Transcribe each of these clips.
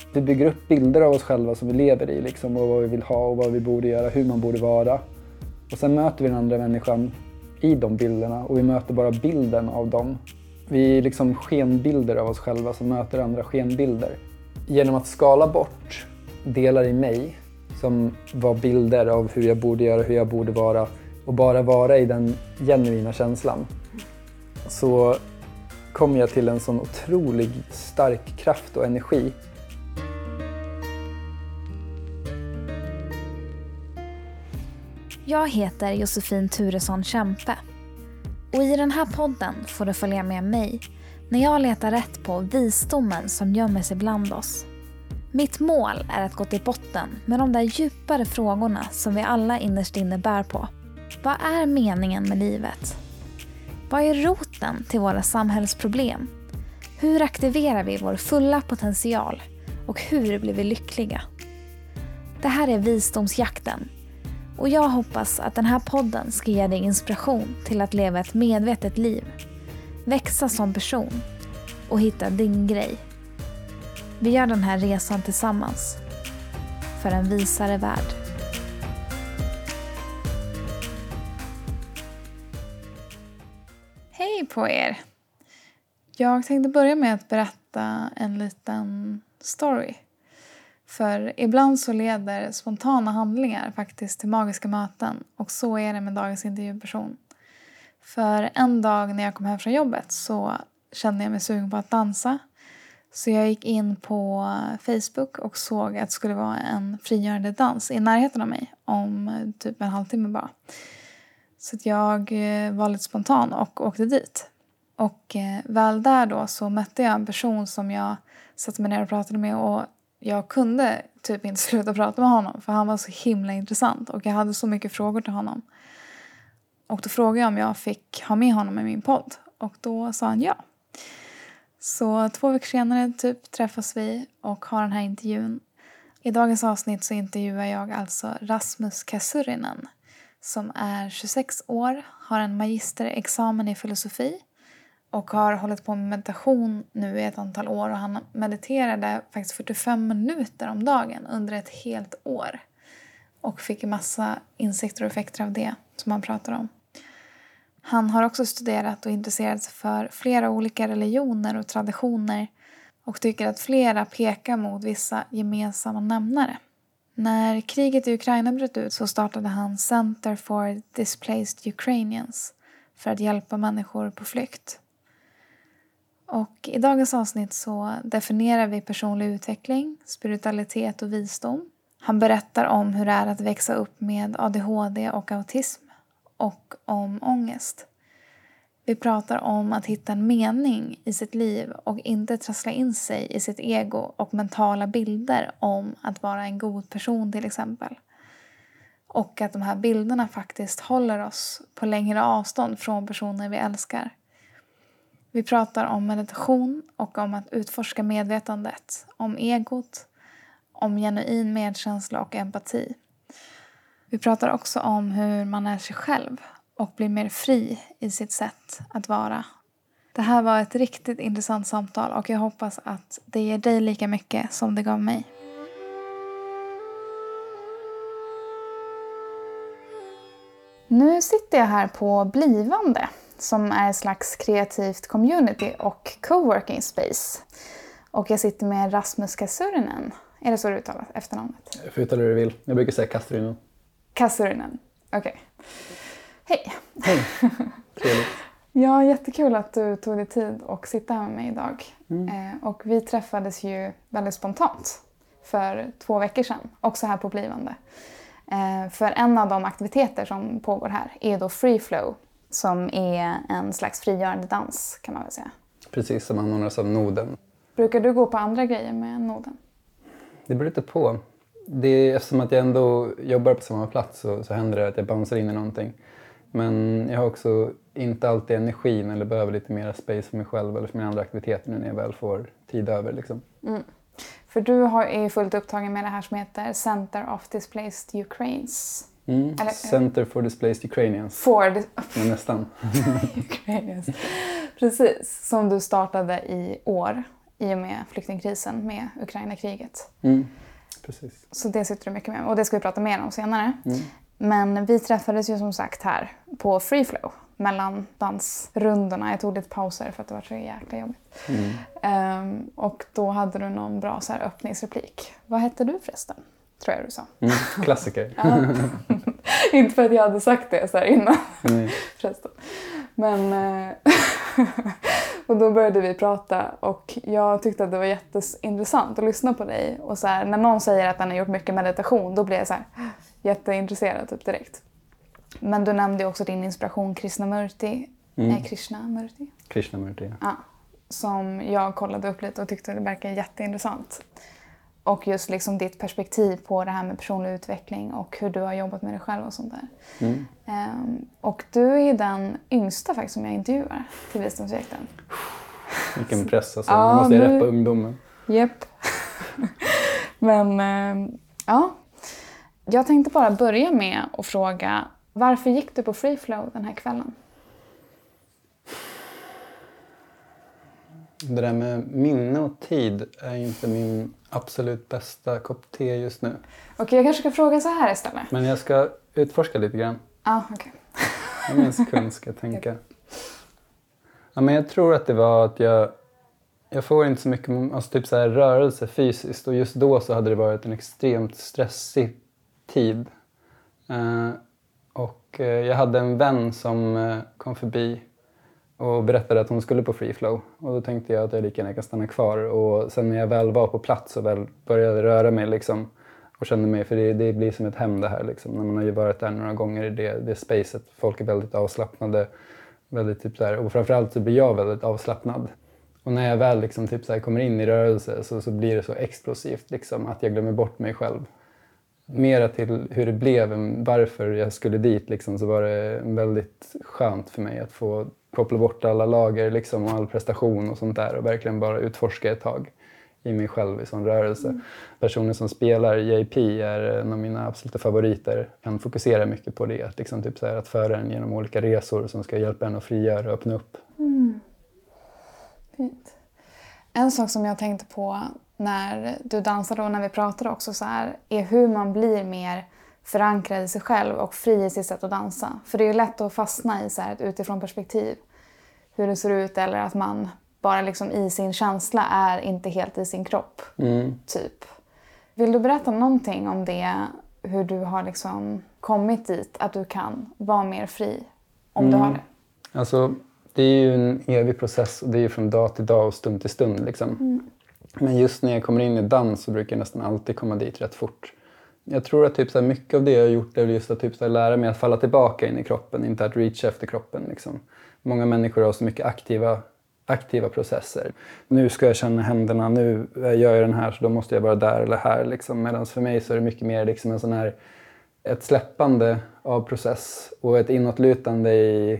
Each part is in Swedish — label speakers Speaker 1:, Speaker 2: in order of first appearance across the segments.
Speaker 1: Vi bygger upp bilder av oss själva som vi lever i liksom, och vad vi vill ha och vad vi borde göra, hur man borde vara. Och sen möter vi den andra människan i de bilderna och vi möter bara bilden av dem. Vi är liksom skenbilder av oss själva som möter andra skenbilder. Genom att skala bort delar i mig som var bilder av hur jag borde göra, hur jag borde vara och bara vara i den genuina känslan, så kom jag till en sån otrolig stark kraft och energi.
Speaker 2: Jag heter Josefin Turesson Kämpe och i den här podden får du följa med mig när jag letar rätt på visdomen som gömmer sig bland oss. Mitt mål är att gå till botten med de där djupare frågorna som vi alla innerst inne bär på. Vad är meningen med livet? Vad är roten till våra samhällsproblem? Hur aktiverar vi vår fulla potential? Och hur blir vi lyckliga? Det här är Visdomsjakten. Och jag hoppas att den här podden ska ge dig inspiration till att leva ett medvetet liv. Växa som person. Och hitta din grej. Vi gör den här resan tillsammans. För en visare värld. Hej på er! Jag tänkte börja med att berätta en liten story. För ibland så leder spontana handlingar faktiskt till magiska möten. Och så är det med dagens intervjuperson. För en dag när jag kom hem från jobbet så kände jag mig sugen på att dansa. Så jag gick in på Facebook och såg att det skulle vara en frigörande dans i närheten av mig. Om typ en halvtimme bara. Så att jag var lite spontan och åkte dit. Och väl där då så mötte jag en person som jag satte mig ner och pratade med. Och jag kunde typ inte sluta prata med honom. För han var så himla intressant. Och jag hade så mycket frågor till honom. Och då frågade jag om jag fick ha med honom i min podd. Och då sa han ja. Så 2 veckor senare typ träffas vi och har den här intervjun. I dagens avsnitt så intervjuar jag alltså Rasmus Kassurinen. Som är 26 år, har en magisterexamen i filosofi. Och har hållit på med meditation nu i ett antal år. Och han mediterade faktiskt 45 minuter om dagen under ett helt år. Och fick en massa insikter och effekter av det som han pratar om. Han har också studerat och intresserat sig för flera olika religioner och traditioner. Och tycker att flera pekar mot vissa gemensamma nämnare. När kriget i Ukraina bröt ut så startade han Center for Displaced Ukrainians. För att hjälpa människor på flykt. Och i dagens avsnitt så definierar vi personlig utveckling, spiritualitet och visdom. Han berättar om hur det är att växa upp med ADHD och autism och om ångest. Vi pratar om att hitta en mening i sitt liv och inte trassla in sig i sitt ego och mentala bilder om att vara en god person till exempel. Och att de här bilderna faktiskt håller oss på längre avstånd från personer vi älskar. Vi pratar om meditation och om att utforska medvetandet, om egot, om genuin medkänsla och empati. Vi pratar också om hur man är sig själv och blir mer fri i sitt sätt att vara. Det här var ett riktigt intressant samtal och jag hoppas att det ger dig lika mycket som det gav mig. Nu sitter jag här på Blivande som är ett slags kreativt community och coworking space. Och jag sitter med Rasmus Kassurinen. Är det så du uttalar efternamnet?
Speaker 1: Jag får uttala hur du vill. Jag brukar säga Kassurinen.
Speaker 2: Kassurinen, okej. Hej.
Speaker 1: Hej, trevligt.
Speaker 2: Ja, jättekul att du tog dig tid och sitta här med mig idag. Och vi träffades ju väldigt spontant för 2 veckor sedan, också här på Blivande. För en av de aktiviteter som pågår här är då Free Flow, som är en slags frigörande dans kan man väl säga.
Speaker 1: Precis, som anordnas av Noden.
Speaker 2: Brukar du gå på andra grejer med Noden?
Speaker 1: Det beror lite på. Eftersom att jag ändå jobbar på samma plats så händer det att jag bouncear in i någonting. Men jag har också inte alltid energin eller behöver lite mer space för mig själv eller för mina andra aktiviteter nu när jag väl får tid över. Liksom.
Speaker 2: För du är fullt upptagen med det här som heter Center of Displaced Ukrainians.
Speaker 1: Eller, Center for Displaced Ukrainians. Men nästan.
Speaker 2: Ukrainians. Precis, som du startade i år i och med flyktingkrisen med Ukraina-kriget.
Speaker 1: Precis.
Speaker 2: Så det sitter du mycket med och det ska vi prata mer om senare. Men vi träffades ju som sagt här på Free Flow mellan dansrundorna. Jag tog lite pauser för att det var så jäkla jobbigt. Och då hade du någon bra så här öppningsreplik. Vad hette du förresten? Tror jag du sa.
Speaker 1: Klassiker.
Speaker 2: Ja. Inte för att jag hade sagt det så här innan. Förresten. Men och då började vi prata och jag tyckte att det var jätteintressant att lyssna på dig. Och så här, när någon säger att han har gjort mycket meditation, då blir jag så här jätteintresserad typ direkt. Men du nämnde också din inspiration Krishnamurti.
Speaker 1: Krishnamurti.
Speaker 2: Ja, som jag kollade upp lite och tyckte det verkade jätteintressant. Och just liksom ditt perspektiv på det här med personlig utveckling och hur du har jobbat med dig själv och sånt där. Och du är den yngsta faktiskt som jag intervjuar till Visdomsjakten.
Speaker 1: Vilken press alltså. Nu måste jag reppa ungdomen.
Speaker 2: Japp. Men ja, jag tänkte bara börja med att fråga varför gick du på Free Flow den här kvällen?
Speaker 1: Det där med minne och tid är inte min absolut bästa kopp te just nu.
Speaker 2: Okej, jag kanske ska fråga så här istället.
Speaker 1: Men jag ska utforska lite grann.
Speaker 2: Ja, okej.
Speaker 1: Om en sekund ska jag tänka. Ja, men jag tror att det var att jag får inte så mycket alltså typ så här rörelse fysiskt. Och just då så hade det varit en extremt stressig tid. Och jag hade en vän som kom förbi och berättade att hon skulle på Free Flow. Och då tänkte jag att jag lika gärna kan stanna kvar. Och sen när jag väl var på plats och väl började röra mig liksom, och kände mig, för det blir som ett hem det här liksom. När man har ju varit där några gånger i det spacet. Folk är väldigt avslappnade. Väldigt typ så här, och framförallt så blir jag väldigt avslappnad. Och när jag väl liksom typ så här kommer in i rörelse så blir det så explosivt liksom, att jag glömmer bort mig själv. Mera till hur det blev, varför jag skulle dit liksom, så var det väldigt skönt för mig att få koppla bort alla lager liksom, och all prestation och sånt där och verkligen bara utforska ett tag i mig själv i sån rörelse. Personer som spelar JP är en av mina absoluta favoriter. Jag kan fokusera mycket på det, att, liksom, typ så här, att föra en genom olika resor som ska hjälpa en att frigöra och öppna upp.
Speaker 2: Fint. En sak som jag tänkte på när du dansade och när vi pratade också så här, är hur man blir mer förankrad i sig själv och fri i sitt sätt att dansa. För det är ju lätt att fastna i så här ett utifrån perspektiv. Hur det ser ut eller att man bara liksom i sin känsla är inte helt i sin kropp. Typ. Vill du berätta någonting om det? Hur du har liksom kommit dit att du kan vara mer fri om du har det?
Speaker 1: Alltså det är ju en evig process och det är ju från dag till dag och stund till stund liksom. Men just när jag kommer in i dans så brukar jag nästan alltid komma dit rätt fort. Jag tror att typ så här, mycket av det jag har gjort är just att typ så här, lära mig att falla tillbaka in i kroppen, inte att reacha efter kroppen. Liksom. Många människor har så mycket aktiva processer. Nu ska jag känna händerna, nu gör jag den här så då måste jag vara där eller här. Liksom. Medan för mig så är det mycket mer liksom en sån här, ett släppande av process och ett inåtlutande,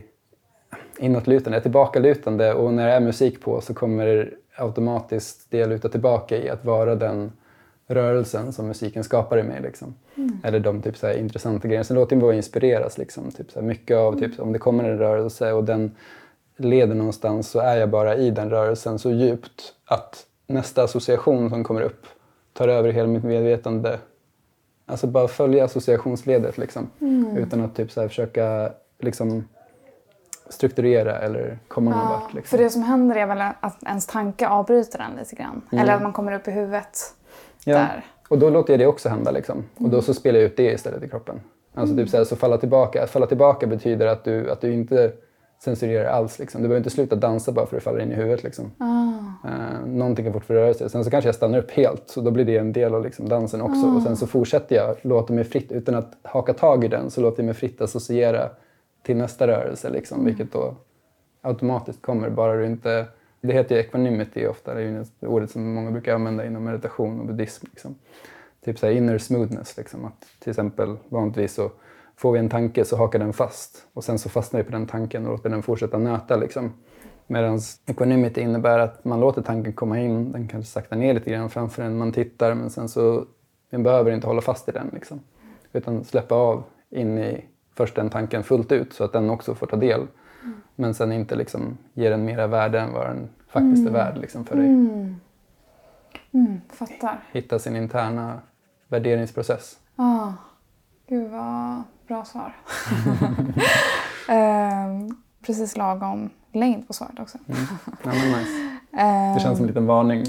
Speaker 1: ett tillbakalutande. Och när det är musik på så kommer automatiskt det luta tillbaka i att vara den rörelsen som musiken skapar i mig. Liksom. Eller de typ så här intressanta grejerna. Sen låter det bara inspireras. Liksom. Typ så här mycket av, typ, om det kommer en rörelse och den leder någonstans så är jag bara i den rörelsen så djupt att nästa association som kommer upp tar över hela mitt medvetande. Alltså bara följa associationsledet liksom. Utan att typ så här försöka liksom strukturera eller komma någon vart. Liksom.
Speaker 2: För det som händer är väl att ens tanke avbryter den lite grann. Eller att man kommer upp i huvudet där.
Speaker 1: Och då låter jag det också hända liksom. Och då så spelar jag ut det istället i kroppen. Alltså typ så här, så falla tillbaka betyder att du inte censurerar alls liksom. Du behöver inte sluta dansa bara för att det faller in i huvudet liksom. Någonting kan fortfarande röra sig. Sen så kanske jag stannar upp helt så då blir det en del av liksom dansen också. Och sen så fortsätter jag låta mig fritt utan att haka tag i den så låter jag mig fritt associera till nästa rörelse liksom, vilket då automatiskt kommer bara du inte. Det heter ju equanimity ofta, det är ju ordet som många brukar använda inom meditation och buddhism liksom. Typ så här inner smoothness liksom, att till exempel vanligtvis så får vi en tanke så hakar den fast och sen så fastnar vi på den tanken och låter den fortsätta nöta liksom. Medan equanimity innebär att man låter tanken komma in, den kanske sakta ner lite grann framför en, man tittar men sen så man behöver inte hålla fast i den liksom, utan släppa av in i först den tanken fullt ut så att den också får ta del. Men sen inte liksom ger den mera värde än vad den faktiskt är värd liksom för dig.
Speaker 2: Fattar.
Speaker 1: Hitta sin interna värderingsprocess.
Speaker 2: Gud vad bra svar. Precis lagom längd på svaret också.
Speaker 1: Ja, men nice. Det känns som en liten varning.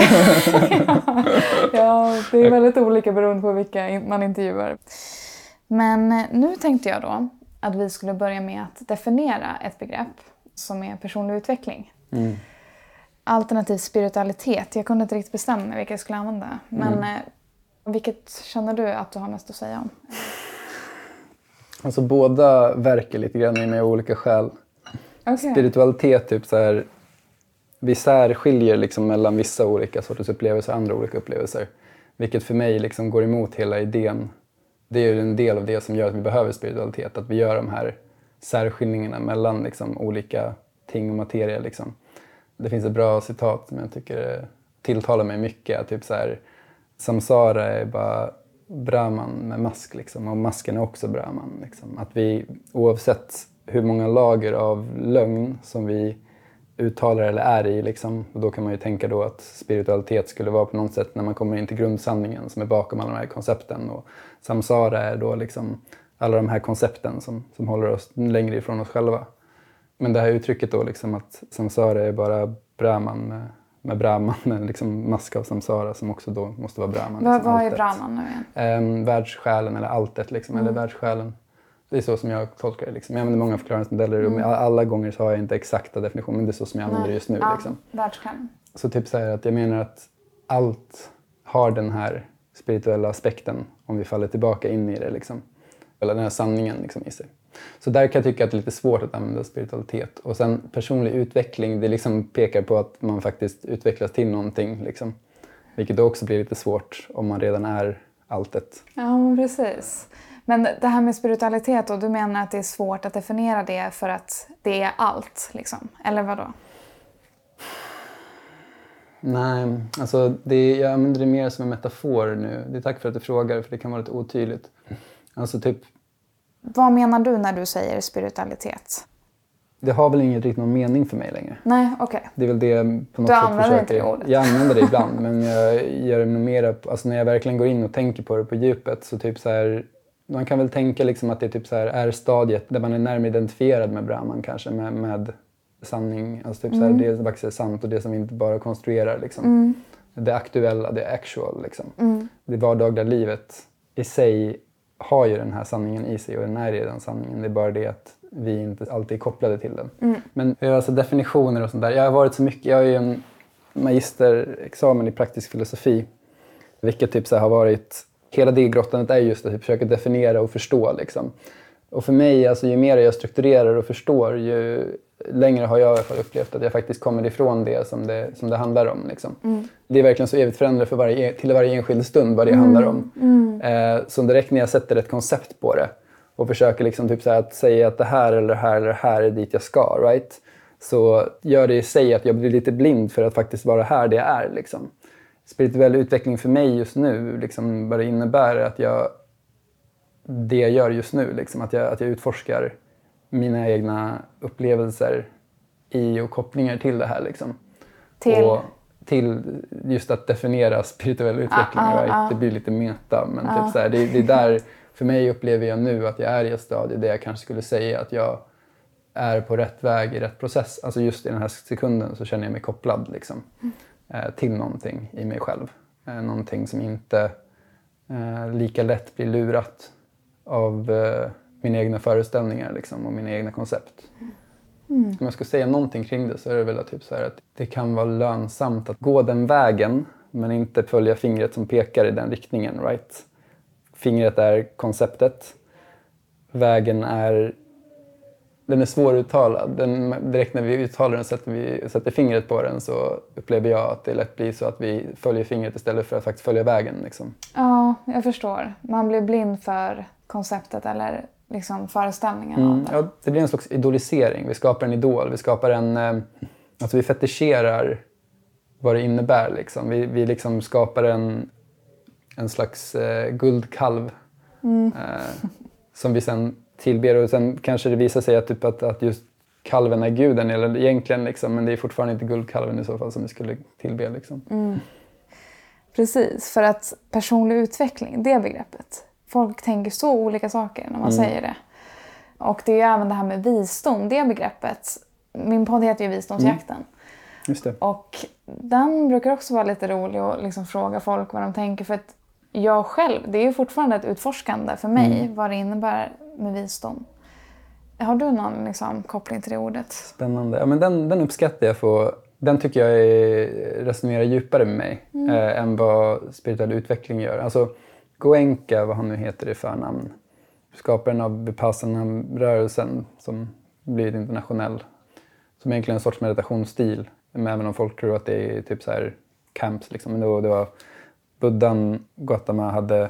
Speaker 2: Ja, det är väldigt olika beroende på vilka man intervjuar. Men nu tänkte jag då att vi skulle börja med att definiera ett begrepp som är personlig utveckling. Alternativ spiritualitet. Jag kunde inte riktigt bestämma mig vilka jag skulle använda. Men vilket känner du att du har mest att säga om?
Speaker 1: Alltså båda verkar lite grann i mig av olika skäl.
Speaker 2: Okay.
Speaker 1: Spiritualitet, typ så här, vi särskiljer liksom mellan vissa olika sorters upplevelser och andra olika upplevelser. Vilket för mig liksom går emot hela idén. Det är ju en del av det som gör att vi behöver spiritualitet. Att vi gör de här särskiljningarna mellan liksom olika ting och materia. Liksom. Det finns ett bra citat som jag tycker tilltalar mig mycket. Att typ så här, samsara är bara Brahman med mask. Liksom, och masken är också Brahman. Liksom. Att vi oavsett hur många lager av lögn som vi uttalar eller är i. Liksom. Och då kan man ju tänka då att spiritualitet skulle vara på något sätt när man kommer in till grundsanningen som är bakom alla de här koncepten. Och samsara är då liksom alla de här koncepten som håller oss längre ifrån oss själva. Men det här uttrycket då liksom att samsara är bara Brahman med Brahman, med liksom mask av samsara som också då måste vara Brahman. Liksom
Speaker 2: vad är Brahman nu igen?
Speaker 1: Världssjälen eller alltet liksom, eller världssjälen. Det är så som jag tolkar det. Liksom. Jag använder många förklaringsmodeller och alla gånger så har jag inte exakta definitioner, men det är så som jag använder det just nu.
Speaker 2: Ja,
Speaker 1: liksom.
Speaker 2: Världssjälen.
Speaker 1: Så typ så här att jag menar att allt har den här spirituella aspekten om vi faller tillbaka in i det. Liksom. Eller den här sanningen liksom, i sig. Så där kan jag tycka att det är lite svårt att använda spiritualitet. Och sen personlig utveckling, det liksom pekar på att man faktiskt utvecklas till någonting. Liksom. Vilket då också blir lite svårt om man redan är alltet.
Speaker 2: Ja, men precis. Men det här med spiritualitet då, du menar att det är svårt att definiera det för att det är allt, liksom? Eller vad då?
Speaker 1: Nej, alltså jag använder det mer som en metafor nu. Det är tack för att du frågar, för det kan vara lite otydligt. Alltså typ...
Speaker 2: Vad menar du när du säger spiritualitet?
Speaker 1: Det har väl inte riktigt någon mening för mig längre.
Speaker 2: Nej, okej. Okay.
Speaker 1: Det är väl det på något
Speaker 2: sätt
Speaker 1: sätt
Speaker 2: använder inte det ordet?
Speaker 1: Jag använder det ibland, men jag gör det nog mer... Alltså när jag verkligen går in och tänker på det på djupet så typ så här... Man kan väl tänka liksom att det typ så här är stadiet där man är närmare identifierad med Brahman kanske, med sanning. Alltså typ så här, det som faktiskt är sant och det som vi inte bara konstruerar. Liksom. Det aktuella, det actual. Liksom. Det vardagliga livet i sig har ju den här sanningen i sig och den är redan sanningen. Det är bara det att vi inte alltid är kopplade till den. Men alltså definitioner och sånt där. Jag har varit så mycket, jag har ju en magisterexamen i praktisk filosofi. Vilket typ så här har varit... Hela det grottandet är just att jag försöker definiera och förstå. Liksom. Och för mig, alltså, ju mer jag strukturerar och förstår, ju längre har jag i alla fall upplevt att jag faktiskt kommer ifrån det som det handlar om. Liksom. Det är verkligen så evigt förändrat till varje enskild stund vad det handlar om. Så direkt när jag sätter ett koncept på det och försöker liksom, typ, så här, att säga att det här eller det här eller det här är dit jag ska, right? Så gör det i sig att jag blir lite blind för att faktiskt vara här det är. Liksom. Spirituell utveckling för mig just nu, liksom, vad det innebär att det jag gör just nu, liksom, att jag utforskar mina egna upplevelser i och kopplingar till det här. Liksom. Till just att definiera spirituell utveckling. Right? Det blir lite meta, men typ så här, det är där, för mig upplever jag nu att jag är i ett stadie där jag kanske skulle säga att jag är på rätt väg i rätt process. Alltså just i den här sekunden så känner jag mig kopplad liksom. Till någonting i mig själv. Någonting som inte lika lätt blir lurat av mina egna föreställningar liksom, och mina egna koncept. Om jag ska säga någonting kring det så är det väl typ så här att det kan vara lönsamt att gå den vägen men inte följa fingret som pekar i den riktningen. Right? Fingret är konceptet. Vägen är... Den är svåruttalad. Direkt när vi uttalar den sätter fingret på den så upplever jag att det lätt blir så att vi följer fingret istället för att faktiskt följa vägen. Liksom.
Speaker 2: Ja, jag förstår. Man blir blind för konceptet eller liksom föreställningen av det.
Speaker 1: Ja, det blir en slags idolisering. Vi skapar en idol. Vi skapar alltså vi fetischerar vad det innebär. Liksom. Vi liksom skapar en slags guldkalv som vi sen tillber, och sen kanske det visar sig att just kalven är guden eller egentligen liksom, men det är fortfarande inte guldkalven i så fall som vi skulle tillbe liksom.
Speaker 2: Precis, för att personlig utveckling, det begreppet. Folk tänker så olika saker när man säger det. Och det är ju även det här med visdom, det begreppet. Min podd heter ju Visdomsjakten.
Speaker 1: Just det.
Speaker 2: Och den brukar också vara lite rolig att liksom fråga folk vad de tänker. För att jag själv, det är ju fortfarande ett utforskande för mig vad det innebär med visdom. Har du någon liksom koppling till det ordet?
Speaker 1: Spännande. Ja, men den uppskattar jag för. Den tycker jag resonerar djupare med mig än vad spirituell utveckling gör. Alltså Goenka, vad han nu heter i förnamn, skaparen av Vipassana-rörelsen som blivit internationell. Som egentligen är en sorts meditationsstil. Men även om folk tror att det är typ så här camps. Liksom. Men det var Buddhan Gautama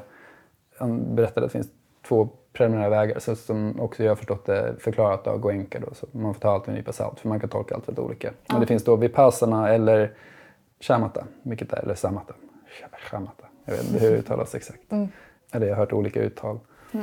Speaker 1: han berättade att det finns 2 preliminära vägar. Så som också jag har förstått det förklarat av Goenka. Då, så man får ta allt med en nypa salt. För man kan tolka allt väldigt olika. Men det finns då Vipassana eller Shamatha. Vilket är, eller Samatha. Shamatha. Jag vet inte hur det uttalas exakt. Eller jag har hört olika uttal.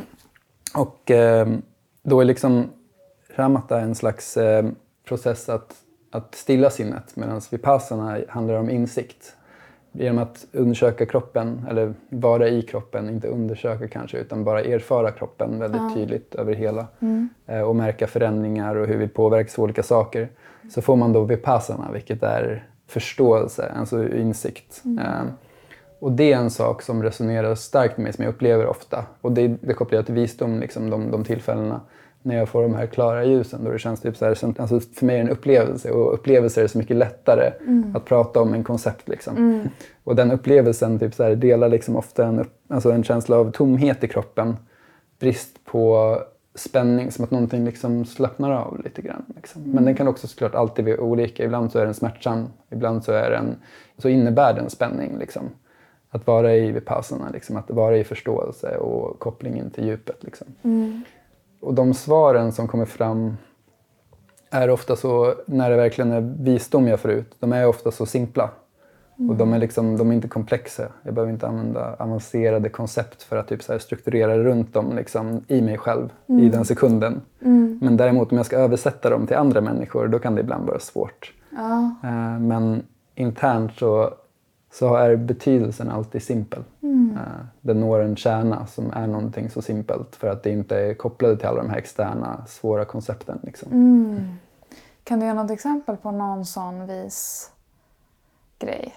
Speaker 1: Och då är liksom Shamatha en slags process att stilla sinnet. Medan Vipassana handlar om insikt. Genom att undersöka kroppen, eller vara i kroppen, inte undersöka kanske, utan bara erfara kroppen väldigt tydligt över hela. Och märka förändringar och hur vi påverkas av olika saker. Så får man då Vipassana, vilket är förståelse, alltså insikt. Och det är en sak som resonerar starkt med mig, som jag upplever ofta. Och det kopplar jag till visdom, liksom, de tillfällena. När jag får de här klara ljusen, då det känns typ så här, alltså för mig är det en upplevelse. Och upplevelser är så mycket lättare att prata om en koncept. Liksom. Och den upplevelsen typ så här, delar liksom ofta en känsla av tomhet i kroppen. Brist på spänning, som att någonting liksom slappnar av lite grann. Liksom. Men den kan också såklart alltid vara olika. Ibland så är den smärtsam, ibland så innebär den spänning. Liksom. Att vara i Vipassana, liksom, att vara i förståelse och kopplingen till djupet. Liksom. Och de svaren som kommer fram är ofta så, när det verkligen är visdom jag får ut, de är ofta så simpla. Och de är inte komplexa. Jag behöver inte använda avancerade koncept för att typ så här strukturera runt dem liksom, i mig själv i den sekunden. Men däremot om jag ska översätta dem till andra människor, då kan det ibland vara svårt. Men internt så är betydelsen alltid simpel. Den når en kärna som är någonting så simpelt, för att det inte är kopplade till alla de här externa svåra koncepten. Liksom.
Speaker 2: Kan du ge något exempel på någon sån vis grej?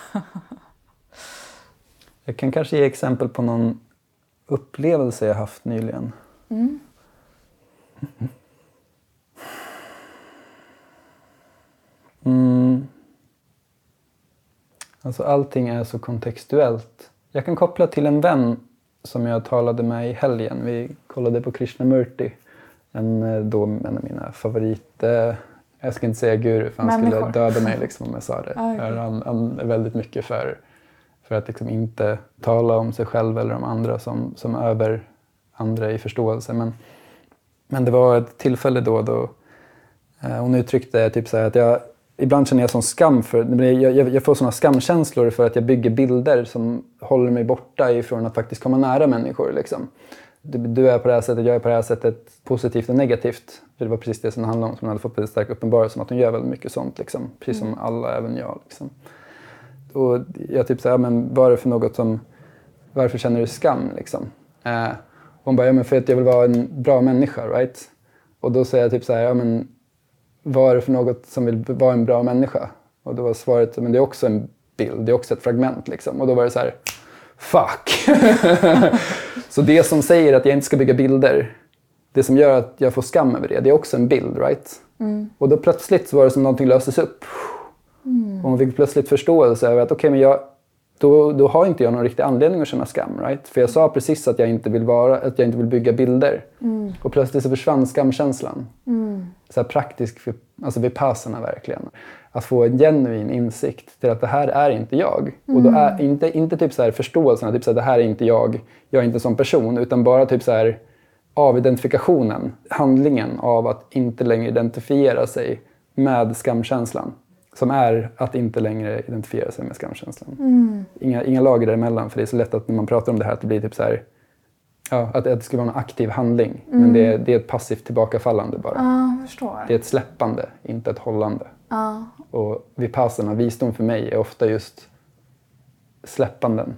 Speaker 1: Jag kan kanske ge exempel på någon upplevelse jag haft nyligen. Alltså allting är så kontextuellt. Jag kan koppla till en vän som jag talade med i helgen. Vi kollade på Krishnamurti. En av mina jag ska inte säga guru, för han skulle döda mig liksom, om jag sa det. Han är väldigt mycket för att liksom inte tala om sig själv eller om andra som över andra i förståelse. Men det var ett tillfälle då hon uttryckte typ så här att ibland känner jag sån skam jag får såna skamkänslor för att jag bygger bilder som håller mig borta ifrån att faktiskt komma nära människor. Liksom. Du är på det här sättet, jag är på det här sättet, positivt och negativt. För det var precis det som det handlade om, som hon hade fått en stark uppenbarelse som att hon gör väldigt mycket sånt. Liksom. Precis som alla, även jag. Liksom. Och jag typ såhär, men vad är det för något varför känner du skam? Liksom? Hon bara, men för att jag vill vara en bra människa, right? Och då säger jag typ såhär, men vad är det för något som vill vara en bra människa? Och då var svaret, men det är också en bild, det är också ett fragment. Liksom. Och då var det så här, fuck! Så det som säger att jag inte ska bygga bilder, det som gör att jag får skam över det är också en bild, right? Och då plötsligt så var det som någonting löses upp. Och man fick plötsligt förståelse över att men då har inte jag någon riktig anledning att känna skam, right? För jag sa precis att jag inte vill bygga bilder. Och plötsligt så försvann skamkänslan. Så här praktisk, alltså Vipassana verkligen. Att få en genuin insikt till att det här är inte jag. Och då är inte typ så här förståelsen, typ så här, det här är inte jag är inte en sån person, utan bara typ så här avidentifikationen, handlingen av att inte längre identifiera sig med skamkänslan. Som är att inte längre identifiera sig med skamkänslan. Inga lager däremellan, för det är så lätt att när man pratar om det här att det blir typ så här, att det ska vara en aktiv handling. Men det är ett passivt tillbakafallande bara.
Speaker 2: Jag förstår.
Speaker 1: Det är ett släppande, inte ett hållande. Och Vipassana, visdom för mig, är ofta just släppanden.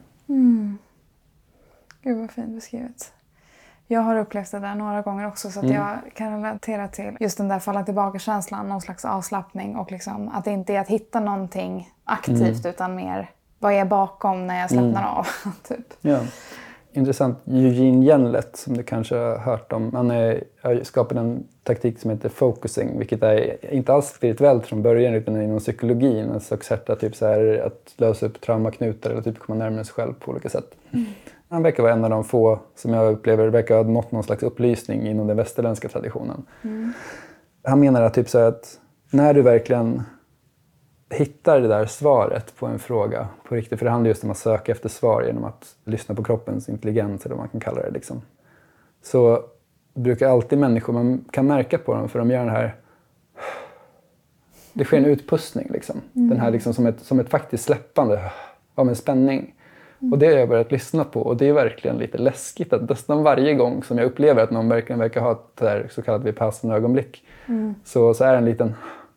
Speaker 2: Gud vad fint beskrivet. Jag har upplevt det där några gånger också så att jag kan relatera till just den där falla tillbaka-känslan, någon slags avslappning och liksom att det inte är att hitta någonting aktivt utan mer vad är bakom när jag slappnar av. Typ.
Speaker 1: Ja. Intressant. Eugene Yenlet, som du kanske har hört om, han har skapat en taktik som heter focusing, vilket är inte alls spirituellt från början utan inom psykologin. En slags sätt att, typ så här, att lösa upp traumaknutar eller typ komma närmare sig själv på olika sätt. Han verkar vara en av de få som jag upplever verkar ha nått någon slags upplysning inom den västerländska traditionen. Han menar att, typ så här, att när du verkligen hittar det där svaret på en fråga på riktigt, för det handlar just om att söka efter svar genom att lyssna på kroppens intelligens eller vad man kan kalla det liksom. Så brukar alltid människor, man kan märka på dem för de gör den här, det sker en utpustning liksom. Den här liksom som ett faktiskt släppande av en spänning. Och det har jag börjat lyssna på och det är verkligen lite läskigt att nästan varje gång som jag upplever att någon verkligen verkar ha ett där så kallat vipassana ögonblick så är det en liten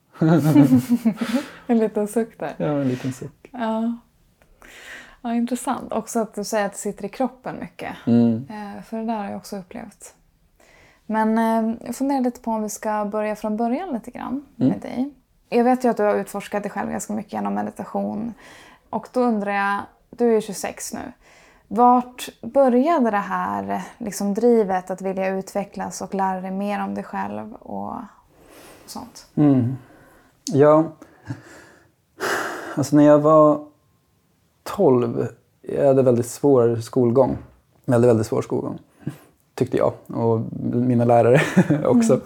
Speaker 2: en liten suck där.
Speaker 1: Ja, en liten suck.
Speaker 2: Ja, intressant. Också att du säger att det sitter i kroppen mycket. För det där har jag också upplevt. Men jag funderar lite på om vi ska börja från början lite grann med dig. Jag vet ju att du har utforskat dig själv ganska mycket genom meditation. Och då undrar jag, du är 26 nu. Vart började det här liksom, drivet att vilja utvecklas och lära dig mer om dig själv och sånt?
Speaker 1: Ja, alltså när jag var 12, jag hade väldigt svår skolgång. Väldigt svår skolgång, tyckte jag. Och mina lärare också.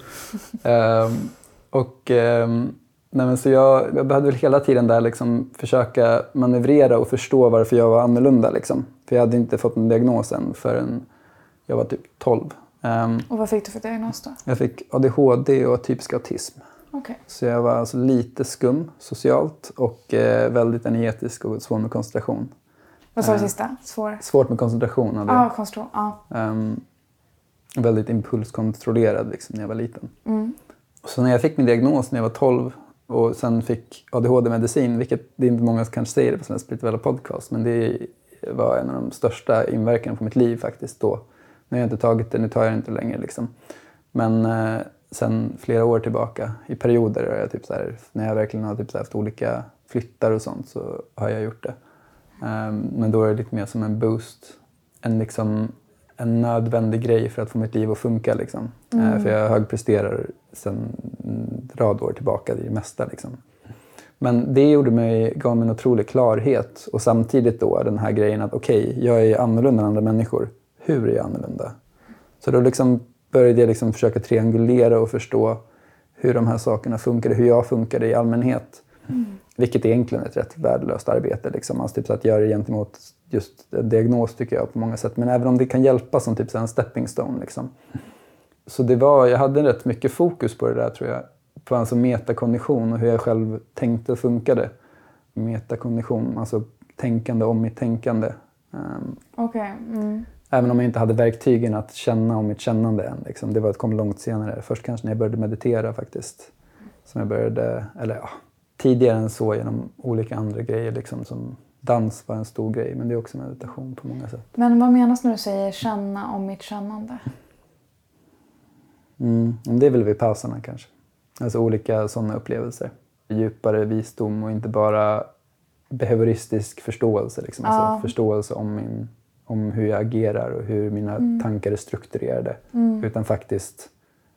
Speaker 1: Nej, men så jag behövde väl hela tiden där liksom försöka manövrera och förstå varför jag var annorlunda. Liksom. För jag hade inte fått en diagnos än förrän jag var typ 12.
Speaker 2: Och vad fick du för diagnos då?
Speaker 1: Jag fick ADHD och typisk autism.
Speaker 2: Okay.
Speaker 1: Så jag var alltså lite skum socialt och väldigt energetisk och svår med koncentration.
Speaker 2: Vad sa du sista?
Speaker 1: Svårt med koncentration.
Speaker 2: Ja, koncentration.
Speaker 1: Väldigt impulskontrollerad liksom, när jag var liten. Så när jag fick min diagnos när jag var 12 och sen fick ADHD-medicin, vilket det är inte många som kanske säger det på sina spirituella podcast, men det var en av de största inverkan på mitt liv faktiskt då. Nu har jag inte tagit det, nu tar jag det inte längre liksom. Men sen flera år tillbaka i perioder har jag typ så här, när jag verkligen har typ så här haft olika flyttar och sånt så har jag gjort det. Men då är det lite mer som en boost, en nödvändig grej för att få mitt liv att funka liksom. För jag högpresterar sen en rad år tillbaka i det mesta liksom. Men det gav mig en otrolig klarhet och samtidigt då den här grejen att okej, jag är annorlunda än andra människor. Hur är jag annorlunda? Så då liksom började jag liksom försöka triangulera och förstå hur de här sakerna funkade, hur jag funkade i allmänhet. Vilket är egentligen ett rätt värdelöst arbete. Liksom. Alltså, typ, så att göra det gentemot just diagnos tycker jag på många sätt. Men även om det kan hjälpa som typ, så en stepping stone. Liksom. Så jag hade rätt mycket fokus på det där tror jag. På alltså metakondition och hur jag själv tänkte och funkade. Metakondition, alltså tänkande om mitt tänkande.
Speaker 2: Okej.
Speaker 1: Även om jag inte hade verktygen att känna om mitt kännande än. Liksom. Det kom långt senare. Först kanske när jag började meditera faktiskt. Som jag började, tidigare än så genom olika andra grejer. Liksom, som dans var en stor grej. Men det är också meditation på många sätt.
Speaker 2: Men vad menas när du säger känna om mitt kännande?
Speaker 1: Det är väl vipassana kanske. Alltså olika sådana upplevelser. Djupare visdom och inte bara behavioristisk förståelse. Liksom. Alltså förståelse om hur jag agerar och hur mina tankar är strukturerade. Utan faktiskt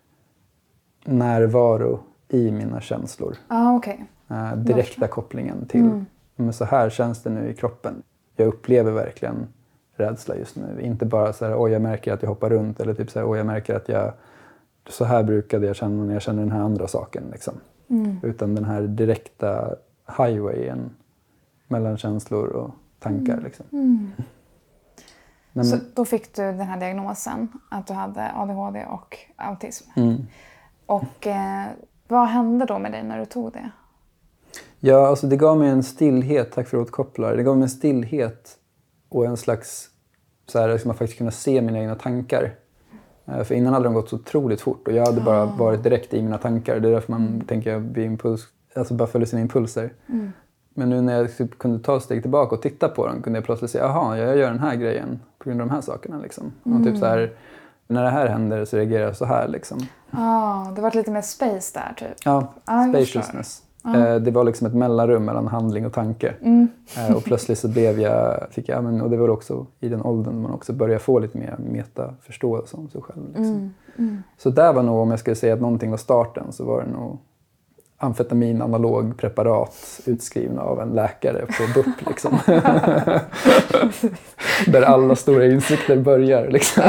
Speaker 1: närvaro i mina känslor.
Speaker 2: Okay.
Speaker 1: Direkta kopplingen till men så här känns det nu i kroppen. Jag upplever verkligen rädsla just nu. Inte bara så här, jag märker att jag hoppar runt. Eller typ så här, jag märker att så här brukade jag känna när jag känner den här andra saken. Liksom. Utan den här direkta highwayen mellan känslor och tankar. Liksom.
Speaker 2: Så då fick du den här diagnosen att du hade ADHD och autism. Och vad hände då med dig när du tog det?
Speaker 1: Ja, alltså det gav mig en stillhet, tack för att återkopplar. Det gav mig en stillhet och en slags, så här, liksom att faktiskt kunna se mina egna tankar. För innan hade de gått så otroligt fort och jag hade bara varit direkt i mina tankar. Det är därför man tänker bli bara följer sina impulser. Men nu när jag typ kunde ta ett steg tillbaka och titta på den kunde jag plötsligt säga, jaha, jag gör den här grejen på grund av de här sakerna. Liksom. Och typ så här, när det här händer så reagerar jag så här. Liksom.
Speaker 2: Det var lite mer space där typ.
Speaker 1: Ja, spaciousness. Det var liksom ett mellanrum mellan handling och tanke. Och plötsligt så och det var också i den åldern man också började få lite mer metaförståelse om sig själv. Liksom. Så där var nog, om jag skulle säga att någonting var starten, så var det nog amfetamin, analog preparat utskrivna av en läkare på BUP. Liksom. Där alla stora insikter börjar. Liksom.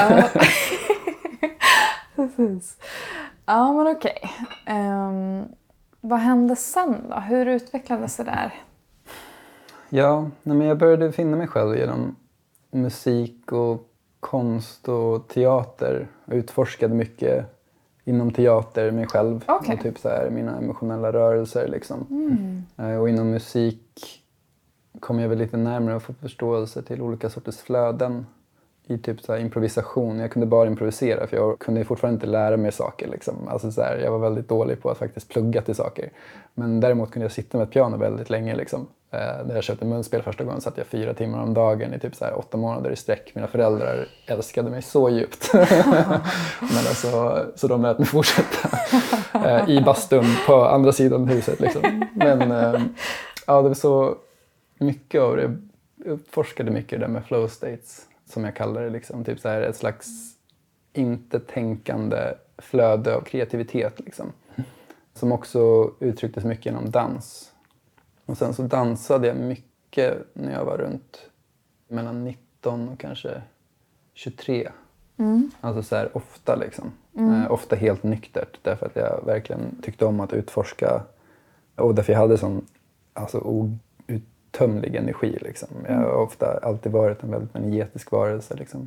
Speaker 2: Precis. Ja, men okej. Vad hände sen då? Hur utvecklades det där?
Speaker 1: Ja, men jag började finna mig själv genom musik och konst och teater. Jag utforskade mycket inom teater mig själv.
Speaker 2: Okay.
Speaker 1: Och typ så här, mina emotionella rörelser. Liksom. Och inom musik kom jag väl lite närmare och få förståelse till olika sorters flöden. I typ så här improvisation. Jag kunde bara improvisera för jag kunde fortfarande inte lära mig saker. Liksom. Alltså så här, jag var väldigt dålig på att faktiskt plugga till saker. Men däremot kunde jag sitta med ett piano väldigt länge. Liksom. När jag köpte munspel första gången satt jag 4 timmar om dagen i typ så här 8 månader i sträck. Mina föräldrar älskade mig så djupt. Men alltså, så de lät mig fortsätta i bastun på andra sidan huset. Liksom. Men ja, det var så mycket av det. Jag forskade mycket där med flow states. Som jag kallar det, liksom. Typ så här ett slags inte tänkande flöde av kreativitet. Liksom. Som också uttrycktes mycket genom dans. Och sen så dansade jag mycket när jag var runt mellan 19 och kanske 23. Alltså så här ofta liksom. Ofta helt nyktert. Därför att jag verkligen tyckte om att utforska. Och därför jag hade sån tömlig energi. Liksom. Jag har alltid varit en väldigt energetisk varelse. Liksom.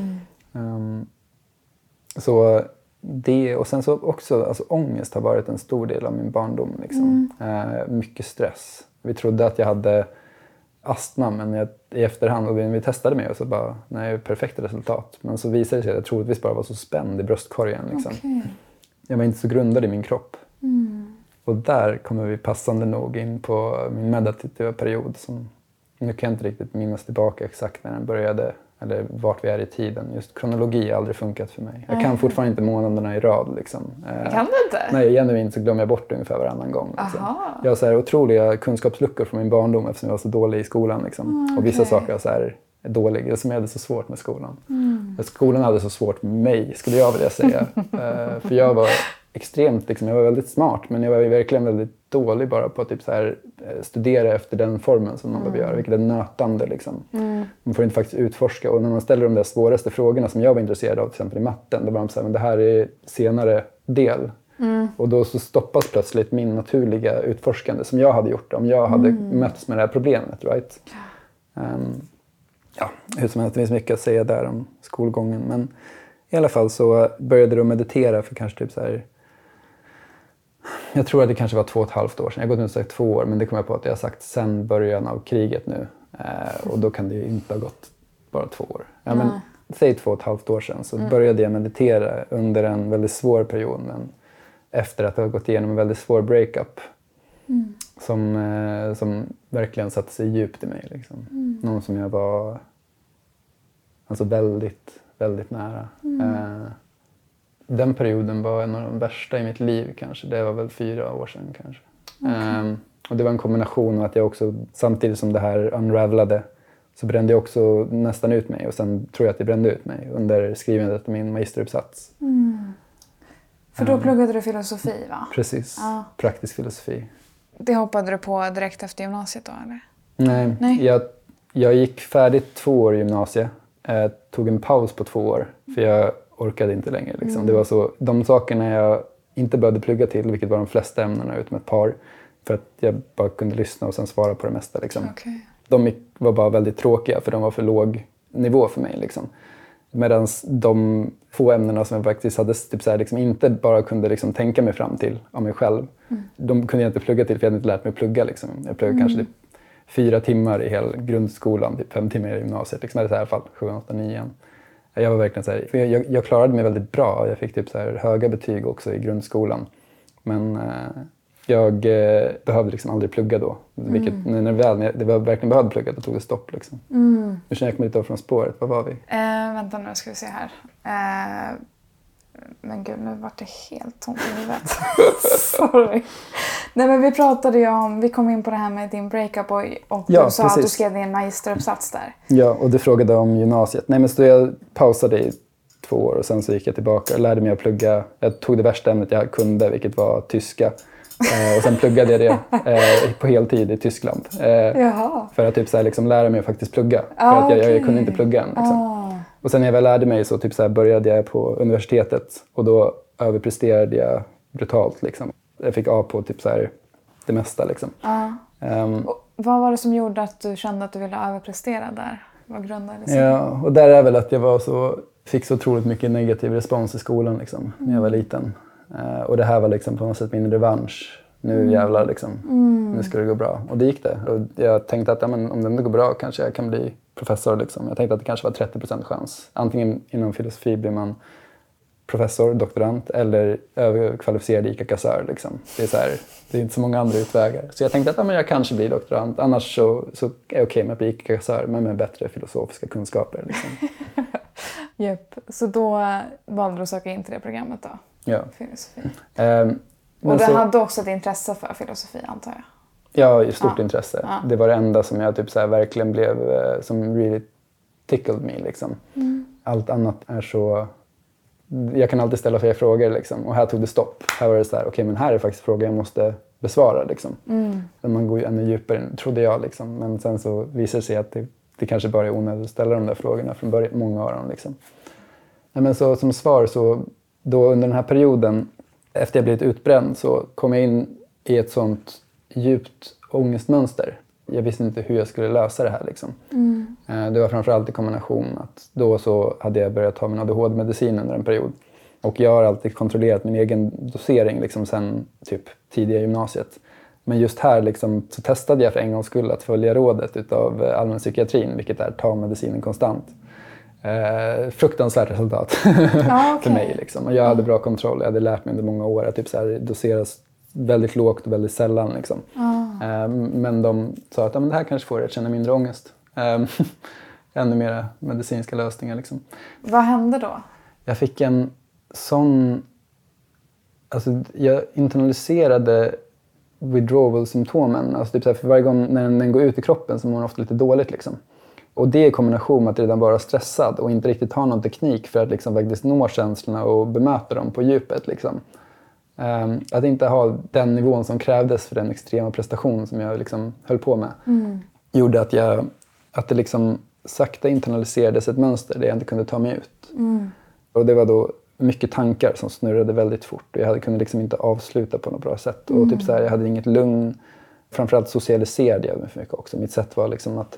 Speaker 1: Så det, och sen så också, alltså ångest har varit en stor del av min barndom. Liksom. Mycket stress. Vi trodde att jag hade astma, men i efterhand, och vi testade mig och så bara, nej, perfekt resultat. Men så visade det sig att jag troligtvis bara var så spänd i bröstkorgen. Liksom.
Speaker 2: Okay.
Speaker 1: Jag var inte så grundad i min kropp. Och där kommer vi passande nog in på min meditativa period. Nu kan jag inte riktigt minnas tillbaka exakt när den började. Eller vart vi är i tiden. Just kronologi har aldrig funkat för mig. Jag kan fortfarande inte månaderna i rad. Liksom.
Speaker 2: Kan du inte?
Speaker 1: Nej, genuint så glömmer jag bort det ungefär varannan gång. Liksom. Jag har så här otroliga kunskapsluckor från min barndom eftersom jag var så dålig i skolan. Liksom. Och vissa saker så här är dåliga. Som jag hade så svårt med skolan. Skolan hade så svårt med mig, skulle jag vilja säga. För jag var extremt, liksom, jag var väldigt smart, men jag var verkligen väldigt dålig bara på att typ så här, studera efter den formen som man behöver göra, vilket är nötande. Liksom. Man får inte faktiskt utforska, och när man ställer de där svåraste frågorna som jag var intresserad av, till exempel i matten, då var de så här, men det här är senare del. Och då så stoppas plötsligt min naturliga utforskande som jag hade gjort om jag hade mötts med det här problemet. Right? Hur som helst, det finns mycket att säga där om skolgången, men i alla fall så började jag meditera för kanske typ så här. Jag tror att det kanske var 2,5 år sedan. Jag har gått ut och sagt 2 år, men det kommer jag på att jag har sagt sen början av kriget nu. Och då kan det ju inte ha gått bara 2 år. Ja, men säg 2,5 år sedan så började jag meditera under en väldigt svår period. Men efter att ha gått igenom en väldigt svår breakup. Som verkligen satte sig djupt i mig. Liksom. Någon som jag var alltså väldigt, väldigt nära. Den perioden var en av de värsta i mitt liv kanske. Det var väl 4 år sedan kanske. Och det var en kombination av att jag också, samtidigt som det här unravelade, så brände jag också nästan ut mig. Och sen tror jag att jag brände ut mig under skrivandet av min magisteruppsats.
Speaker 2: För då pluggade du filosofi, va?
Speaker 1: Precis, praktisk filosofi.
Speaker 2: Det hoppade du på direkt efter gymnasiet då, eller?
Speaker 1: Nej. Jag gick färdigt 2 år i gymnasiet. Tog en paus på 2 år, för jag orkade inte längre. Liksom. Det var så, de sakerna jag inte behövde plugga till, vilket var de flesta ämnena utom ett par, för att jag bara kunde lyssna och sen svara på det mesta. Liksom.
Speaker 2: Okay.
Speaker 1: De var bara väldigt tråkiga, för de var för låg nivå för mig. Liksom. Medan de få ämnena som jag faktiskt hade typ så här, liksom, inte bara kunde liksom, tänka mig fram till av mig själv, de kunde jag inte plugga till, för jag hade inte lärt mig att plugga. Liksom. Jag pluggade kanske typ 4 timmar i hela grundskolan, typ 5 timmar i gymnasiet, liksom, eller i alla fall 7, 8, 9. Jag var verkligen så här, för jag klarade mig väldigt bra. Jag fick typ så här höga betyg också i grundskolan. Men Jag behövde liksom aldrig plugga då. Vilket, när det var verkligen behövde plugga, då tog det stopp. Liksom. Nu känner jag mig lite av från spåret. Vad var vi?
Speaker 2: Vänta nu, ska vi se här. Men gud, nu vart det helt tomt i huvudet. Sorry. Nej, men vi pratade ju om, vi kom in på det här med din breakup och du sa att du skrev din magisteruppsats där.
Speaker 1: Ja, och du frågade om gymnasiet. Nej, men så jag pausade i 2 år och sen så gick jag tillbaka och lärde mig att plugga. Jag tog det värsta ämnet jag kunde, vilket var tyska. Och sen pluggade jag det på heltid i Tyskland. För att typ så här, liksom, lära mig att faktiskt plugga. För att jag kunde inte plugga än. Liksom. Och sen när jag väl lärde mig så typ så här, började jag på universitetet. Och då överpresterade jag brutalt. Liksom. Jag fick A på typ så här, det mesta. Liksom.
Speaker 2: Och vad var det som gjorde att du kände att du ville överprestera där? Vad grundade det sig?
Speaker 1: Ja, och där är väl att jag fick så otroligt mycket negativ respons i skolan liksom, när jag var liten. Och det här var liksom på något sätt min revansch. Nu jävlar liksom. Nu ska det gå bra. Och det gick det. Och jag tänkte att om det går bra kanske jag kan bli professor. Liksom. Jag tänkte att det kanske var 30% chans. Antingen inom filosofi blir man professor, doktorand eller överkvalificerad ICA-kassör. Liksom. Det är inte så många andra utvägar. Så jag tänkte att jag kanske blir doktorand. Annars så är jag okej med att bli ICA-kassör, men med bättre filosofiska kunskaper. Liksom.
Speaker 2: Japp. Så då valde du att söka in till det programmet då?
Speaker 1: Ja.
Speaker 2: Filosofi. Och du hade också ett intresse för filosofi, antar jag?
Speaker 1: Ja, stort intresse. Ja. Det var det enda som jag typ så här verkligen blev, som really tickled me. Liksom. Allt annat är så... Jag kan alltid ställa fler frågor. Liksom. Och här tog det stopp. Här var det så här, okej, men här är faktiskt frågor jag måste besvara. Liksom. Man går ju ännu djupare, trodde jag. Liksom. Men sen så visar det sig att det kanske bara är onödigt att ställa de där frågorna från början, många av dem. Liksom. Men så som svar så, då under den här perioden, efter jag blivit utbränd, så kom jag in i ett sånt djupt ångestmönster. Jag visste inte hur jag skulle lösa det här. Liksom. Det var framförallt i kombination att då så hade jag börjat ta min ADHD-medicin under en period. Och jag har alltid kontrollerat min egen dosering liksom, sen typ tidiga gymnasiet. Men just här liksom, så testade jag för en gångs skull att följa rådet utav allmänpsykiatrin, vilket är ta medicinen konstant. Fruktansvärt resultat för mig. Liksom. Och jag hade bra kontroll. Jag hade lärt mig under många år att typ, så här, doseras väldigt lågt och väldigt sällan. Liksom. Men de sa att det här kanske får dig att känna mindre ångest. Ännu mera medicinska lösningar. Liksom.
Speaker 2: Vad hände då?
Speaker 1: Jag fick en sån... Alltså, jag internaliserade withdrawal-symptomen. Alltså, typ så här, för varje gång när den går ut i kroppen så mår man ofta lite dåligt. Liksom. Och det i kombination med att redan vara stressad och inte riktigt ha någon teknik för att liksom faktiskt nå känslorna och bemöta dem på djupet. Liksom. Att inte ha den nivån som krävdes för den extrema prestation som jag liksom höll på med. Gjorde att det liksom sakta internaliserades ett mönster där jag inte kunde ta mig ut. Och det var då mycket tankar som snurrade väldigt fort. Och jag kunde liksom inte avsluta på något bra sätt. Och typ så här, jag hade inget lugn. Framförallt socialiserade jag mig för mycket också. Mitt sätt var liksom att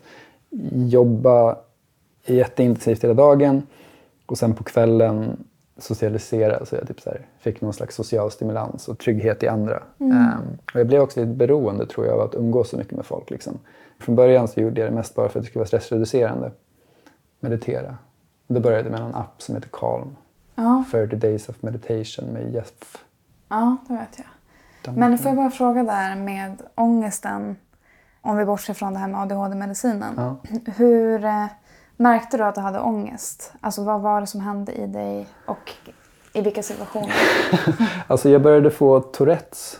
Speaker 1: jobba jätteintensivt hela dagen. Och sen på kvällen socialisera. Så jag typ så här, fick någon slags social stimulans och trygghet i andra. Och jag blev också lite beroende tror jag av att umgås så mycket med folk. Liksom. Från början så gjorde jag det mest bara för att det skulle vara stressreducerande. Meditera. Och då började jag med en app som heter Calm. 30 Days of Meditation med Jeff.
Speaker 2: Ja, det vet jag. Men får jag bara fråga där med ångesten, om vi bortser från det här med ADHD-medicinen. Ja. Hur märkte du att du hade ångest? Alltså vad var det som hände i dig och i vilka situationer?
Speaker 1: Alltså jag började få Tourettes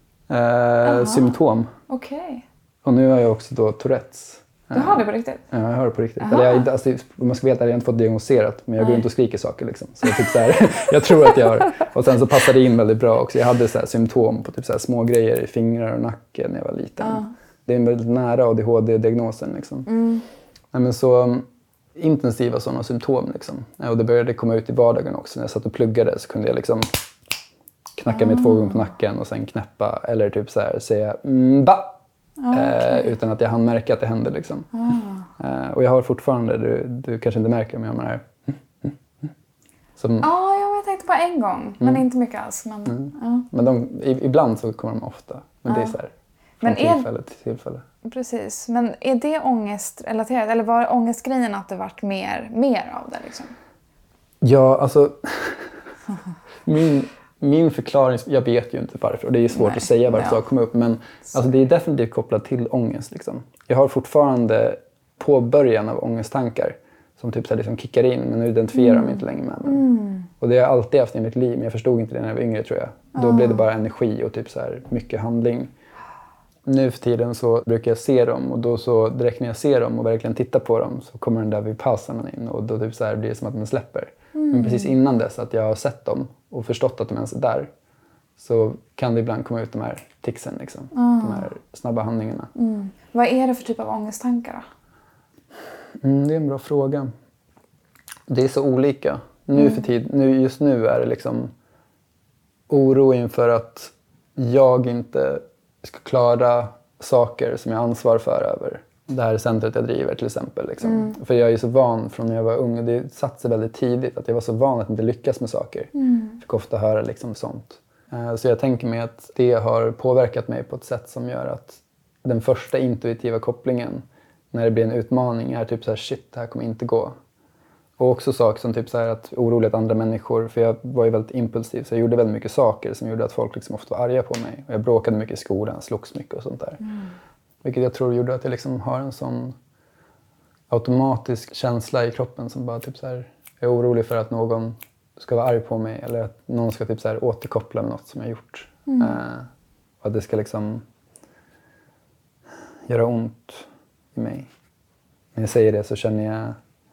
Speaker 1: symptom.
Speaker 2: Okej.
Speaker 1: Och nu har jag också då Tourettes.
Speaker 2: Du har det på riktigt?
Speaker 1: Ja, jag har det på riktigt. Eller alltså, om man ska veta att jag inte fått diagnostiserat. Men jag går inte och skriker saker liksom. Så jag, typ så här, jag tror att jag har det. Och sen så passade det in väldigt bra också. Jag hade så här symptom på typ så här små grejer i fingrar och nacken när jag var liten. Det är väldigt nära ADHD-diagnosen liksom. Nej, men så intensiva sådana symptom liksom. Och det började komma ut i vardagen också. När jag satt och pluggade så kunde jag liksom knacka mig 2 gånger på nacken och sen knäppa. Eller typ så här säga ba! Utan att jag hann märka att det hände liksom. Och jag har fortfarande, du kanske inte märker om jag har här.
Speaker 2: Jag tänkte bara en gång, men inte mycket alls.
Speaker 1: Men ibland så kommer de ofta. Men det är så här, från tillfälle till tillfälle.
Speaker 2: Precis, men är det ångestrelaterat? Eller var ångestgrejen att det varit mer av det liksom?
Speaker 1: Ja, alltså min förklaring, jag vet ju inte varför. Och det är svårt att säga varför det kommer upp. Men alltså, det är definitivt kopplat till ångest. Liksom. Jag har fortfarande påbörjan av ångesttankar. Som typ så här, liksom kickar in, men nu identifierar de inte längre med mig. Och det har jag alltid haft i mitt liv, men jag förstod inte det när jag var yngre tror jag. Då blev det bara energi och typ så här, mycket handling. Nu för tiden så brukar jag se dem och då så direkt när jag ser dem och verkligen tittar på dem så kommer den där vipassanan in och då typ så här blir det som att den släpper. Men precis innan dess att jag har sett dem och förstått att de ens är där så kan det ibland komma ut de här ticsen liksom. De här snabba handlingarna.
Speaker 2: Vad är det för typ av ångesttankar då?
Speaker 1: Det är en bra fråga. Det är så olika. Nu för tid, just nu är det liksom oro inför att jag inte ska klara saker som jag har ansvar för över det här centret jag driver till exempel. Liksom. För jag är så van från när jag var ung och det satt sig väldigt tidigt att jag var så van att inte lyckas med saker. Jag fick ofta höra liksom sånt. Så jag tänker mig att det har påverkat mig på ett sätt som gör att den första intuitiva kopplingen när det blir en utmaning är typ så här shit, det här kommer inte gå. Och också saker som typ så här att orolig att andra människor, för jag var ju väldigt impulsiv så jag gjorde väldigt mycket saker som gjorde att folk liksom ofta var arga på mig. Och jag bråkade mycket i skolan, slogs mycket och sånt där. Vilket jag tror gjorde att jag liksom har en sån automatisk känsla i kroppen som bara typ så här, jag är orolig för att någon ska vara arg på mig eller att någon ska typ så här återkoppla med något som jag gjort. Och att det ska liksom göra ont i mig. När jag säger det så känner jag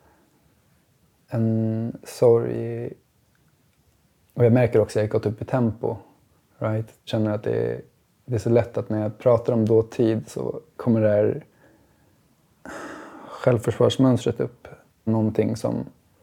Speaker 1: en sorg och jag märker också att jag har gått upp i tempo. Right? Känner att det är så lätt att när jag pratar om dåtid så kommer det här självförsvarsmönstret upp. Någonting som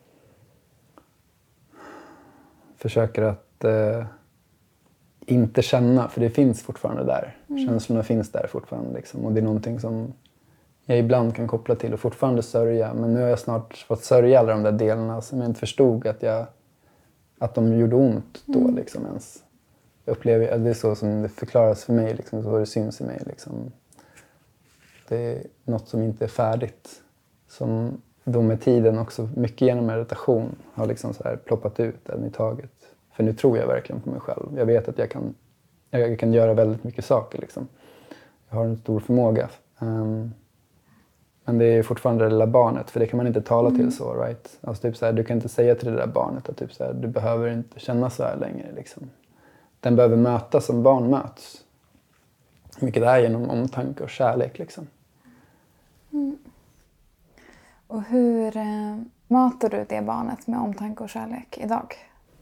Speaker 1: försöker att inte känna, för det finns fortfarande där. Känslorna finns där fortfarande. Liksom. Och det är någonting som jag ibland kan koppla till och fortfarande sörja. Men nu har jag snart fått sörja alla de där delarna som jag inte förstod att de gjorde ont då. Liksom, ens. Jag upplever att det är så som det förklaras för mig, liksom, så det syns i mig. Liksom. Det är något som inte är färdigt. Som då med tiden också, mycket genom meditation, har liksom så här ploppat ut en i taget. För nu tror jag verkligen på mig själv. Jag vet att jag kan göra väldigt mycket saker. Liksom. Jag har en stor förmåga. Men det är fortfarande det lilla barnet, för det kan man inte tala till så, right? Alltså typ så här, du kan inte säga till det där barnet att typ så här, du behöver inte känna så här längre. Liksom. Den behöver mötas som barn möts. Vilket är genom omtanke och kärlek. Liksom.
Speaker 2: Och hur matar du det barnet med omtanke och kärlek idag?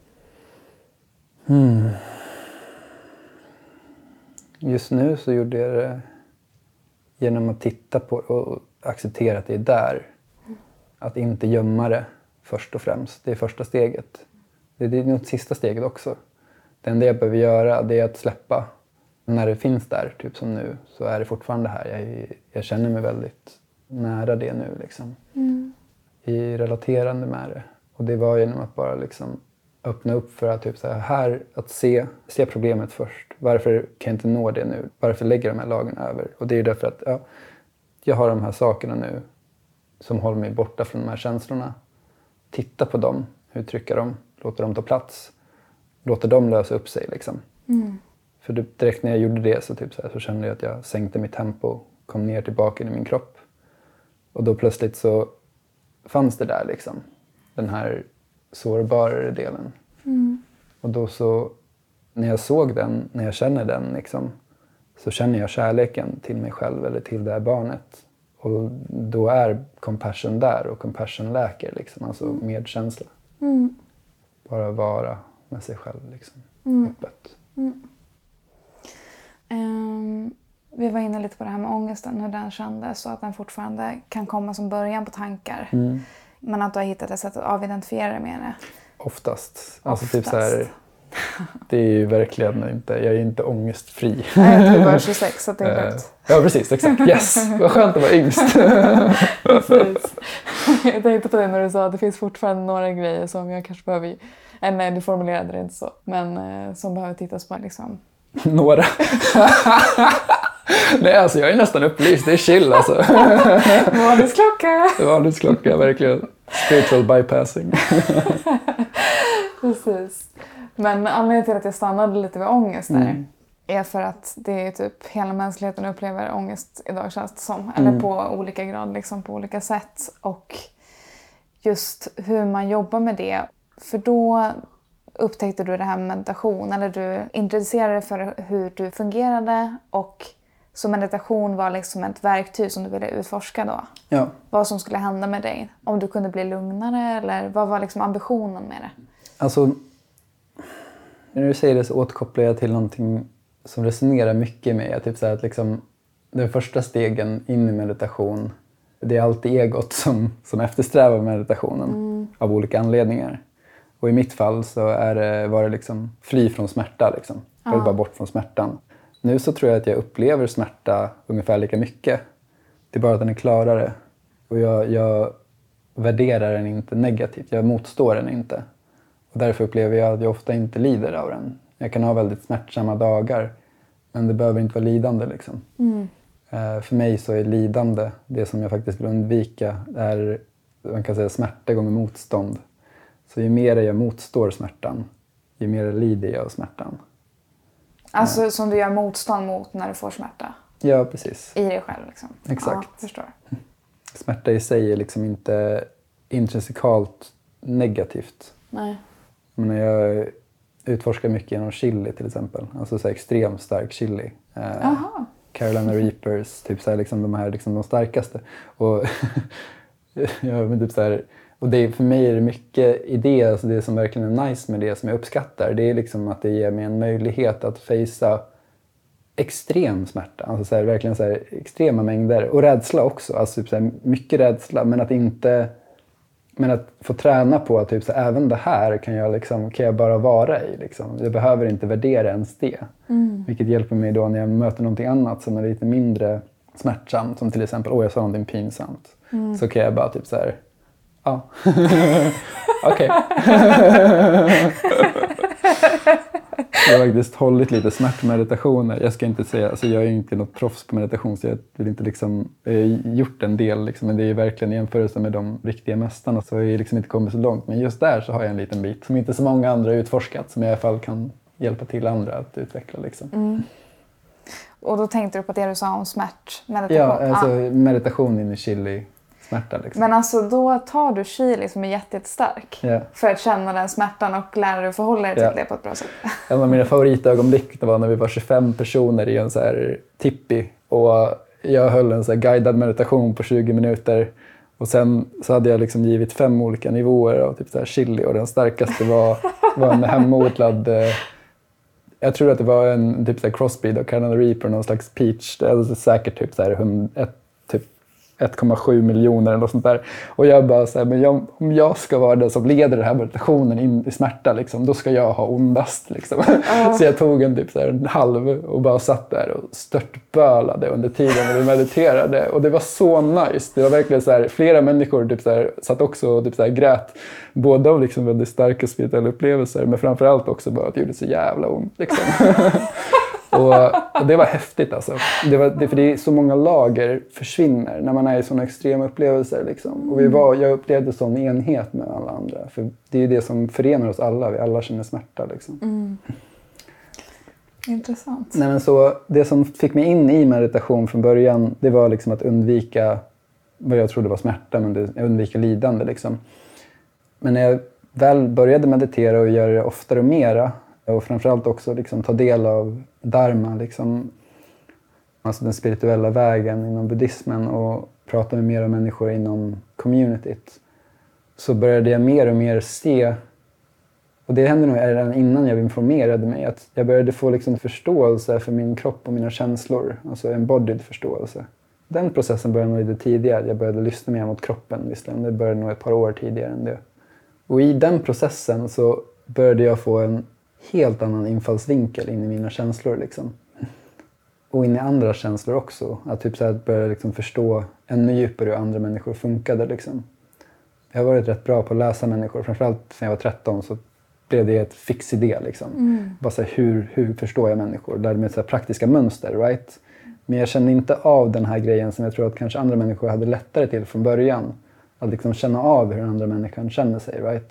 Speaker 1: Just nu så gjorde jag det genom att titta på och acceptera att det är där. Att inte gömma det först och främst. Det är första steget. Det är nog sista steget också. Det enda jag behöver göra det är att släppa. När det finns där, typ som nu, så är det fortfarande här. Jag känner mig väldigt nära det nu. Liksom. I relaterande med det. Och det var genom att bara liksom öppna upp för att typ så här att se problemet först. Varför kan jag inte nå det nu? Varför lägger de här lagen över? Och det är därför att jag har de här sakerna nu som håller mig borta från de här känslorna. Titta på dem, uttrycka dem, låta dem ta plats. Låta dem lösa upp sig liksom. För direkt när jag gjorde det så kände jag att jag sänkte mitt tempo, kom ner tillbaka in i min kropp. Och då plötsligt så fanns det där liksom, den här sårbarare delen. Och då så, när jag såg den, när jag känner den liksom, så känner jag kärleken till mig själv eller till det här barnet. Och då är compassion där och compassion läker liksom, alltså medkänsla. Bara vara med sig själv liksom, öppet.
Speaker 2: Vi var inne lite på det här med ångesten, hur den kändes och att den fortfarande kan komma som början på tankar. Men att du har hittat ett sätt att avidentifiera det med det.
Speaker 1: Oftast. Alltså typ så här, det är ju verkligen inte, jag är inte ångestfri.
Speaker 2: Nej, jag är bara 26 så det är lugnt.
Speaker 1: Ja precis, exakt. Yes, vad skönt att vara yngst.
Speaker 2: Precis. Jag tänkte på det när du sa att det finns fortfarande några grejer som jag kanske behöver, nej du formulerade det inte så, men som behöver tittas på liksom.
Speaker 1: Några. Nej, alltså jag är nästan upplyst. Det är chill alltså.
Speaker 2: Varningsklocka,
Speaker 1: verkligen. Spiritual bypassing.
Speaker 2: Precis. Men anledningen till att jag stannade lite vid ångest där är för att det är typ hela mänskligheten upplever ångest idag, känns det som. Eller på olika grad, liksom på olika sätt. Och just hur man jobbar med det. För då upptäckte du det här med meditation, eller du intresserade dig för hur du fungerade, och så meditation var liksom ett verktyg som du ville utforska då.
Speaker 1: Ja.
Speaker 2: Vad som skulle hända med dig, om du kunde bli lugnare, eller vad var liksom ambitionen med det?
Speaker 1: Alltså, när du säger det så återkopplar jag till någonting som resonerar mycket med. Typ så här att liksom, de första stegen in i meditation, det är alltid egot som eftersträvar meditationen av olika anledningar. Och i mitt fall så var det liksom fly från smärta. Liksom. Jag vill bara bort från smärtan. Nu så tror jag att jag upplever smärta ungefär lika mycket. Det är bara att den är klarare. Och jag värderar den inte negativt. Jag motstår den inte. Och därför upplever jag att jag ofta inte lider av den. Jag kan ha väldigt smärtsamma dagar. Men det behöver inte vara lidande. Liksom. För mig så är lidande det som jag faktiskt vill undvika. Det är, man kan säga, smärta gånger motstånd. Så ju mer jag motstår smärtan, ju mer lider jag av smärtan.
Speaker 2: Alltså som du gör motstånd mot när du får smärta?
Speaker 1: Ja, precis.
Speaker 2: I dig själv liksom?
Speaker 1: Exakt.
Speaker 2: Ja, förstår.
Speaker 1: Smärta i sig är liksom inte intrinsikalt negativt.
Speaker 2: Nej.
Speaker 1: Men jag utforskar mycket genom chili till exempel. Alltså så här extremt stark chili. Carolina Reapers, typ så här, liksom de här liksom de starkaste. Och ja, men typ så här, och det, för mig är det mycket idé, alltså det som verkligen är nice med det som jag uppskattar, det är liksom att det ger mig en möjlighet att facea extrem smärta, alltså så här, verkligen så här, extrema mängder, och rädsla också, alltså typ så här, mycket rädsla, men att få träna på att typ så här, även det här kan jag bara vara i liksom. Jag behöver inte värdera ens det, vilket hjälper mig då när jag möter någonting annat som är lite mindre smärtsamt, som till exempel jag sa någonting pinsamt, så kan jag bara typ så här, ja. Okej. Jag har faktiskt hållit lite smärtmeditationer. Jag ska inte säga, alltså jag är inte något proffs på meditation, så jag vill inte liksom, jag har gjort en del liksom, men det är verkligen i jämförelse med de riktiga mästarna så har jag liksom inte kommit så långt. Men just där så har jag en liten bit som inte så många andra har utforskat, som jag i alla fall kan hjälpa till andra att utveckla liksom.
Speaker 2: Och då tänkte du på det du sa om smärtmeditation?
Speaker 1: Ja, alltså meditation in i chili. Smärta, liksom.
Speaker 2: Men alltså då tar du chili som är jättestark för att känna den smärtan och lära dig att förhålla dig till det på ett bra sätt.
Speaker 1: En av mina favoritögonblick var när vi var 25 personer i en så här tippi och jag höll en så här guidad meditation på 20 minuter och sen så hade jag liksom givit 5 olika nivåer av typ så här chili, och den starkaste var en hemodlad, jag tror att det var en typ så här crossbreed av Carolina Reaper, någon slags peach, det är säkert typ så här 1,7 miljoner eller något sånt där. Och jag bara så här, men om jag ska vara den som leder den här meditationen in i smärta, liksom, då ska jag ha ondast. Liksom. Så jag tog en halv och bara satt där och störtbölade under tiden när vi mediterade. Och det var så nice. Det var verkligen så här, flera människor typ så här, satt också och typ så här, grät. Både av liksom väldigt starka spirituella upplevelser, men framförallt också bara att det gjorde så jävla ont. Liksom. Och det var häftigt alltså. För det är så många lager försvinner när man är i sådana extrema upplevelser. Liksom. Och jag upplevde sån enhet med alla andra. För det är ju det som förenar oss alla. Vi alla känner smärta. Liksom.
Speaker 2: Intressant.
Speaker 1: Nej, men så, det som fick mig in i meditation från början, det var liksom att undvika vad jag trodde var smärta, men undvika lidande. Liksom. Men när jag väl började meditera och göra det oftare och mera, och framförallt också liksom ta del av dharma, liksom, alltså den spirituella vägen inom buddhismen, och prata med mera människor inom communityt, så började jag mer och mer se, och det hände nog redan innan jag informerade mig, att jag började få liksom förståelse för min kropp och mina känslor, alltså embodied förståelse. Den processen började nog lite tidigare. Jag började lyssna mer mot kroppen, visserligen. Det började nog ett par år tidigare än det. Och i den processen så började jag få en helt annan infallsvinkel in i mina känslor. Liksom. Och in i andra känslor också. Att typ så här börja liksom förstå ännu djupare hur andra människor funkade. Liksom. Jag har varit rätt bra på att läsa människor. Framförallt när jag var 13 så blev det ett fix idé. Liksom. Bara så här, hur förstår jag människor? Lärde mig så här praktiska mönster, right? Men jag kände inte av den här grejen som jag tror att kanske andra människor hade lättare till från början. Att liksom känna av hur andra människan känner sig, right?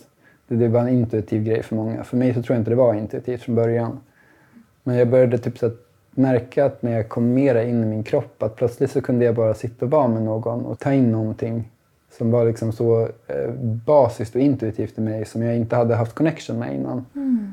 Speaker 1: Det var en intuitiv grej för många. För mig så tror jag inte det var intuitivt från början. Men jag började typ så att märka att när jag kom mera in i min kropp att plötsligt så kunde jag bara sitta och vara med någon och ta in någonting som var liksom så basiskt och intuitivt i mig som jag inte hade haft connection med innan.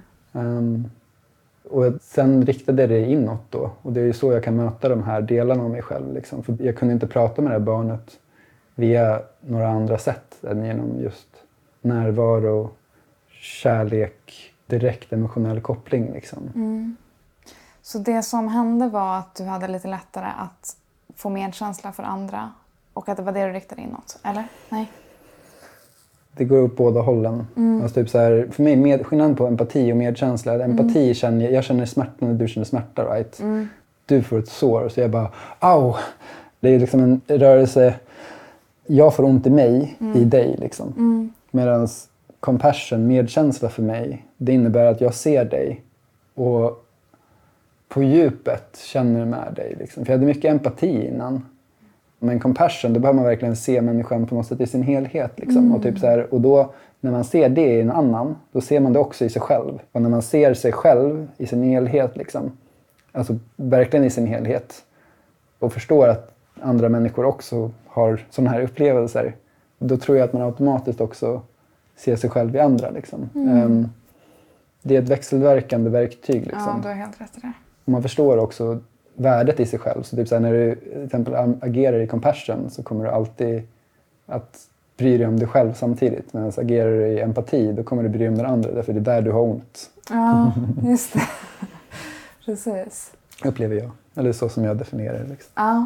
Speaker 1: Och sen riktade det inåt då. Och det är ju så jag kan möta de här delarna av mig själv. Liksom. För jag kunde inte prata med det här barnet via några andra sätt än genom just närvaro, kärlek, direkt emotionell koppling. Liksom.
Speaker 2: Så det som hände var att du hade lite lättare att få medkänsla för andra och att det var det du riktade inåt, eller? Nej?
Speaker 1: Det går upp båda hållen. Alltså typ så här, för mig skillnaden på empati och medkänsla. Empati jag känner smärtan och du känner smärta, right? Du får ett sår så jag bara, au! Det är liksom en rörelse, jag får ont i mig, i dig liksom. Medan compassion, medkänsla för mig, det innebär att jag ser dig och på djupet känner med dig. Liksom. För jag hade mycket empati innan. Men compassion, då behöver man verkligen se människan på något sätt i sin helhet. Liksom. Och, typ så här, och då, när man ser det i en annan, då ser man det också i sig själv. Och när man ser sig själv i sin helhet, liksom, alltså verkligen i sin helhet, och förstår att andra människor också har sådana här upplevelser, då tror jag att man automatiskt också ser sig själv i andra. Liksom. Det är ett växelverkande verktyg. Liksom.
Speaker 2: Ja, du har helt rätt i det.
Speaker 1: Och man förstår också värdet i sig själv. Så typ så här, när du till exempel agerar i compassion så kommer du alltid att bry dig om dig själv samtidigt. Medan agerar du i empati, då kommer du bry dig om den andra. Därför det är där du har ont.
Speaker 2: Ja, just det. Precis.
Speaker 1: Upplever jag. Eller så som jag definierar det. Liksom.
Speaker 2: Ja.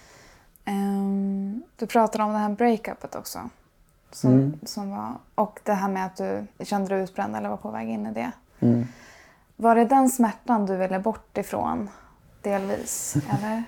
Speaker 2: Du pratade om det här breakupet också. Som var, och det här med att du kände dig utbränd eller var på väg in i det. Var det den smärtan du ville bort ifrån delvis, eller?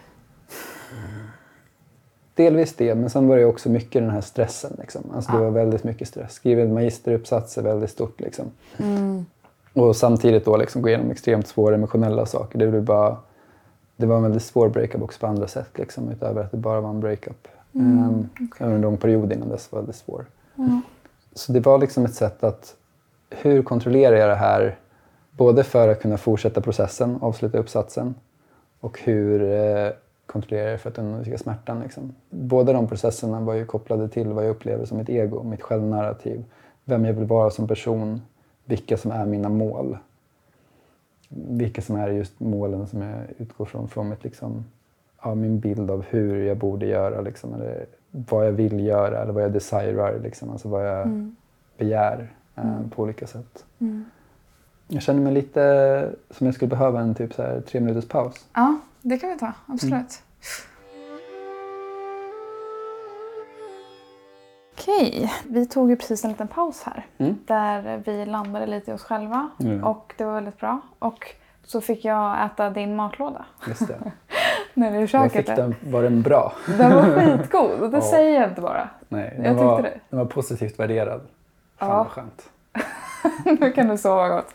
Speaker 2: Delvis
Speaker 1: det, men sen var det också mycket den här stressen. Liksom. Alltså det var väldigt mycket stress. Skriva en magisteruppsats är väldigt stort. Liksom. Och samtidigt då liksom gå igenom extremt svåra emotionella saker. Det var en väldigt svår breakup också på andra sätt. Liksom, utöver att det bara var en breakup. Under en lång period innan dess var det svår. Så det var liksom ett sätt att hur kontrollerar jag det här? Både för att kunna fortsätta processen, avsluta uppsatsen. Och hur kontrollerar jag för att undvika smärtan. Liksom. Båda de processerna var ju kopplade till vad jag upplever som mitt ego, mitt självnarrativ. Vem jag vill vara som person. Vilka som är mina mål. Vilka som är just målen som jag utgår från mitt, liksom, min bild av hur jag borde göra. Liksom, eller vad jag vill göra eller vad jag desirar. Liksom, alltså vad jag begär på olika sätt. Jag känner mig lite som jag skulle behöva en typ så här 3 minuters paus.
Speaker 2: Ja, det kan vi ta. Absolut. Okej, vi tog ju precis en liten paus här. Där vi landade lite i oss själva. Och det var väldigt bra. Och så fick jag äta din matlåda.
Speaker 1: Just det.
Speaker 2: När vi köket.
Speaker 1: Var den bra?
Speaker 2: Den var skitgod. Och det säger jag inte bara.
Speaker 1: Nej,
Speaker 2: den
Speaker 1: var positivt värderad. Fan vad skönt.
Speaker 2: Nu kan du sova gott.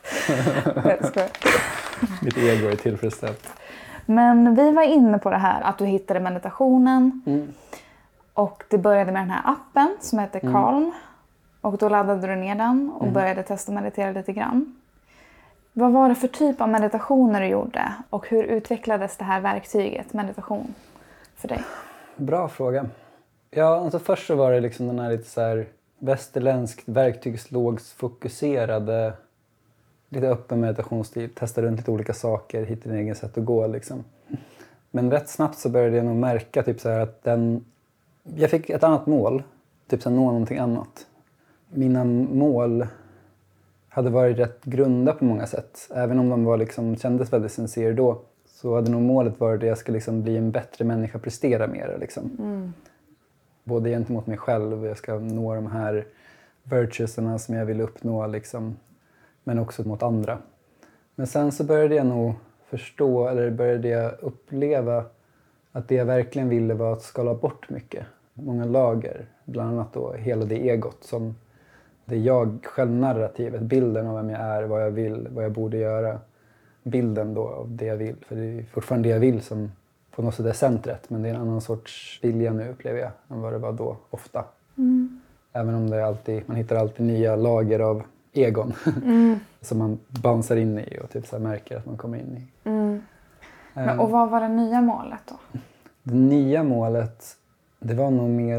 Speaker 1: Mitt ego är tillfredsställt.
Speaker 2: Men vi var inne på det här att du hittade meditationen. Och det började med den här appen som heter Calm. Och då laddade du ner den och började testa meditera lite grann. Vad var det för typ av meditationer du gjorde? Och hur utvecklades det här verktyget, meditation, för dig?
Speaker 1: Bra fråga. Ja, alltså först så var det liksom den här lite så här västerländsk verktygslågsfokuserade, lite öppen meditationsstil. Testa runt lite olika saker, hitta din egen sätt att gå liksom. Men rätt snabbt så började jag nog märka typ så här att jag fick ett annat mål. Typ så här, nå någonting annat. Mina mål hade varit rätt grunda på många sätt. Även om de var liksom, kändes väldigt sincere då. Så hade nog målet varit att jag ska liksom bli en bättre människa, prestera mer. Liksom. Både gentemot mig själv och jag ska nå de här virtueserna som jag vill uppnå. Liksom. Men också mot andra. Men sen så började jag nog förstå, eller började jag uppleva att det jag verkligen ville var att skala bort mycket. Många lager. Bland annat då hela det egot som det jag självnarrativet, bilden av vem jag är, vad jag vill, vad jag borde göra. Bilden då av det jag vill. För det är fortfarande det jag vill som på något sätt är centret. Men det är en annan sorts vilja nu upplever jag än vad det var då ofta. Även om det alltid, man hittar alltid nya lager av egon. Som man bouncear in i och typ så här märker att man kommer in i.
Speaker 2: Men, och vad var det nya målet då?
Speaker 1: Det nya målet, det var nog mer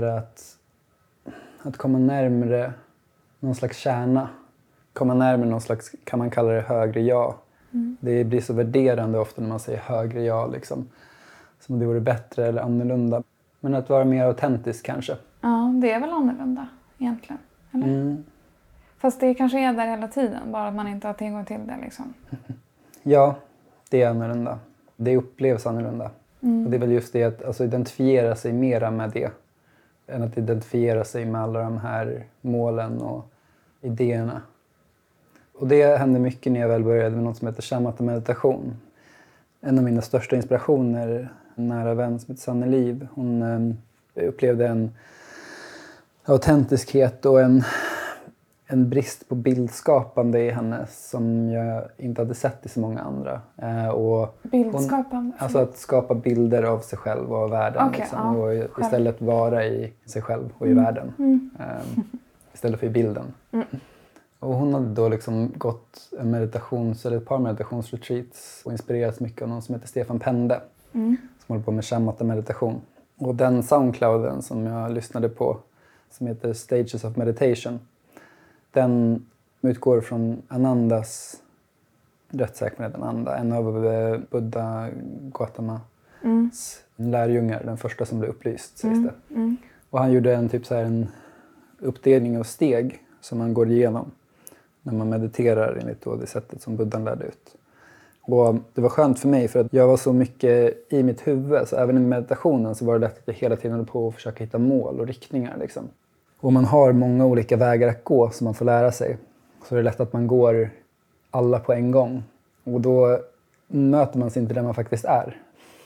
Speaker 1: att komma närmare någon slags kärna. Komma närmare någon slags, kan man kalla det högre jag. Det blir så värderande ofta när man säger högre jag liksom. Som om det vore bättre eller annorlunda. Men att vara mer autentisk kanske.
Speaker 2: Ja, det är väl annorlunda egentligen, eller? Fast det kanske är där hela tiden, bara att man inte har tillgång till det liksom.
Speaker 1: Ja, det är annorlunda. Det upplevs annorlunda. Och det är väl just det att alltså, identifiera sig mera med det. Än att identifiera sig med alla de här målen och idéerna. Och det hände mycket när jag väl började med något som heter shamatha-meditation. En av mina största inspirationer, en nära vän som heter Sanne Liv. Hon upplevde en autentiskhet och en brist på bildskapande i henne som jag inte hade sett i så många andra.
Speaker 2: Bildskapande?
Speaker 1: Alltså att skapa bilder av sig själv och av världen.
Speaker 2: Okay,
Speaker 1: liksom, och istället vara i sig själv och i världen. Istället för i bilden. Och hon hade då liksom gått ett par meditationsretreats och inspirerats mycket av någon som heter Stefan Pende. Som håller på med shamatha-meditation. Och den soundclouden som jag lyssnade på, som heter Stages of Meditation, den utgår från Anandas, rätt säker med Ananda, en av Buddha Gautamas lärjungar, den första som blev upplyst sägs det. Och han gjorde en uppdelning av steg som man går igenom när man mediterar enligt det sättet som Buddha lärde ut. Och det var skönt för mig för att jag var så mycket i mitt huvud, så även i meditationen så var det lätt att jag hela tiden höll på att försöka hitta mål och riktningar liksom. Och man har många olika vägar att gå som man får lära sig. Så är det lätt att man går alla på en gång. Och då möter man sig inte där man faktiskt är.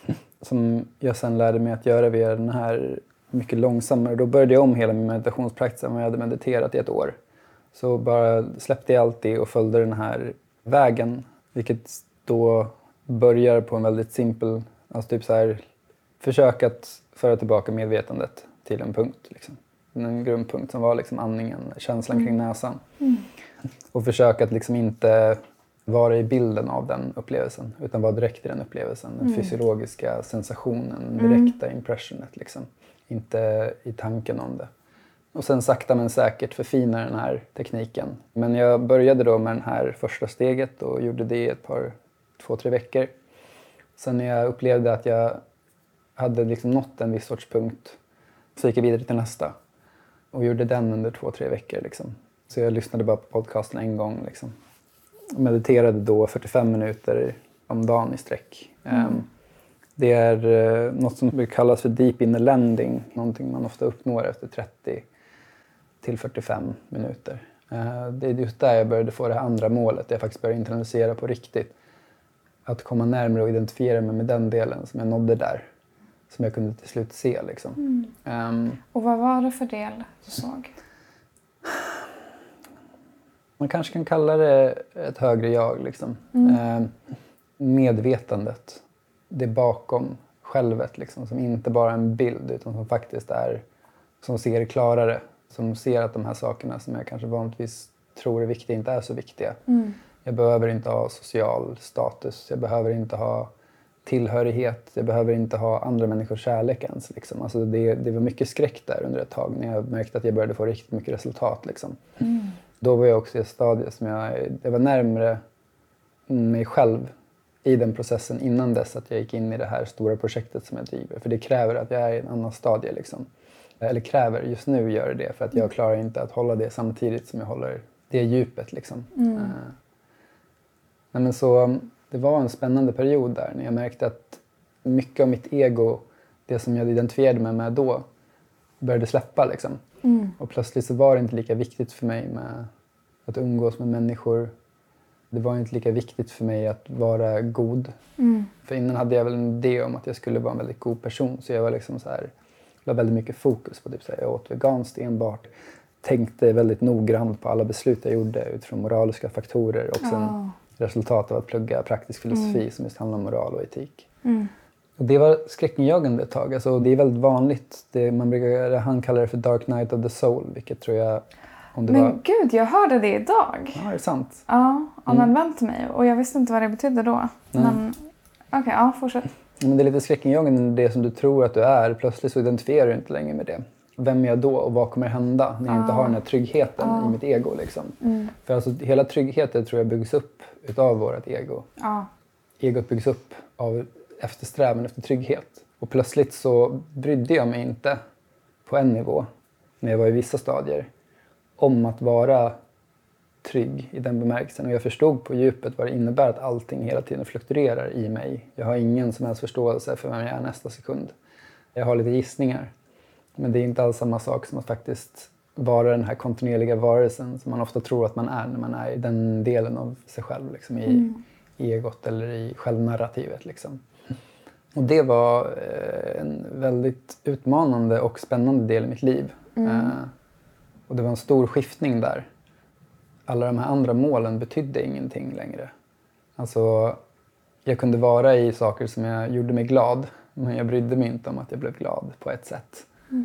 Speaker 1: Som jag sen lärde mig att göra via den här mycket långsammare. Då började jag om hela min meditationspraktik som jag hade mediterat i ett år. Så bara släppte jag allt det och följde den här vägen. Vilket då börjar på en väldigt simpel, alltså typ så här, försök att föra tillbaka medvetandet till en punkt liksom. En grundpunkt som var liksom andningen, känslan kring näsan. Och försöka att liksom inte vara i bilden av den upplevelsen utan vara direkt i den upplevelsen. Den fysiologiska sensationen, direkta impressionet liksom. Inte i tanken om det. Och sen sakta men säkert förfina den här tekniken. Men jag började då med det här första steget och gjorde det i 2-3 veckor. Sen när jag upplevde att jag hade liksom nått en viss sorts punkt så gick jag vidare till nästa. Och gjorde den under 2-3 veckor liksom. Så jag lyssnade bara på podcasten en gång liksom. Och mediterade då 45 minuter om dagen i sträck. Det är något som kallas för deep inner landing. Någonting man ofta uppnår efter 30 till 45 minuter. Det är just där jag började få det här andra målet. Jag faktiskt började internalisera på riktigt. Att komma närmare och identifiera mig med den delen som jag nådde där. Som jag kunde till slut se liksom.
Speaker 2: Och vad var det för del du såg?
Speaker 1: Man kanske kan kalla det ett högre jag liksom. Medvetandet. Det bakom självet liksom. Som inte bara är en bild utan som faktiskt är, som ser klarare. Som ser att de här sakerna som jag kanske vanligtvis tror är viktiga inte är så viktiga. Jag behöver inte ha social status. Jag behöver inte ha tillhörighet. Jag behöver inte ha andra människors kärlek ens. Liksom. Alltså det var mycket skräck där under ett tag när jag märkte att jag började få riktigt mycket resultat. Liksom. Då var jag också i ett stadie som jag var närmare mig själv i den processen innan dess att jag gick in i det här stora projektet som jag driver. För det kräver att jag är i en annan stadie. Liksom. Eller kräver, just nu gör det för att jag klarar inte att hålla det samtidigt som jag håller det djupet. Liksom. Nej, men så, det var en spännande period där när jag märkte att mycket av mitt ego, det som jag identifierade mig med då, började släppa. Liksom. Och plötsligt så var det inte lika viktigt för mig med att umgås med människor. Det var inte lika viktigt för mig att vara god. För innan hade jag väl en idé om att jag skulle vara en väldigt god person. Så jag var liksom så här, la väldigt mycket fokus på typ så här, jag åt veganskt enbart. Tänkte väldigt noggrant på alla beslut jag gjorde utifrån moraliska faktorer. Och sen resultat av att plugga praktisk filosofi som just handlar om moral och etik. Och det var skräckinjagande ett tag. Alltså, det är väldigt vanligt. Han kallar det för Dark Night of the Soul. Vilket tror jag
Speaker 2: Men gud, jag hörde det idag.
Speaker 1: Ja, är det sant?
Speaker 2: Ja, av en vän till mig. Och jag visste inte vad det betydde då. Men okej, ja, fortsätt.
Speaker 1: Men det är lite skräckinjagande det som du tror att du är. Plötsligt så identifierar du inte längre med det. Vem är jag då och vad kommer hända när jag inte har den här tryggheten i mitt ego liksom. För alltså hela tryggheten tror jag byggs upp utav vårt ego. Egot byggs upp av eftersträvan efter trygghet. Och plötsligt så brydde jag mig inte på en nivå när jag var i vissa stadier om att vara trygg i den bemärkelsen. Och jag förstod på djupet vad det innebär att allting hela tiden fluktuerar i mig. Jag har ingen som helst förståelse för vem jag är nästa sekund. Jag har lite gissningar. Men det är inte alls samma sak som att faktiskt vara den här kontinuerliga varelsen som man ofta tror att man är när man är i den delen av sig själv. Liksom, i egot eller i självnarrativet. Liksom. Och det var en väldigt utmanande och spännande del i mitt liv. Och det var en stor skiftning där. Alla de här andra målen betydde ingenting längre. Alltså, jag kunde vara i saker som jag gjorde mig glad. Men jag brydde mig inte om att jag blev glad på ett sätt.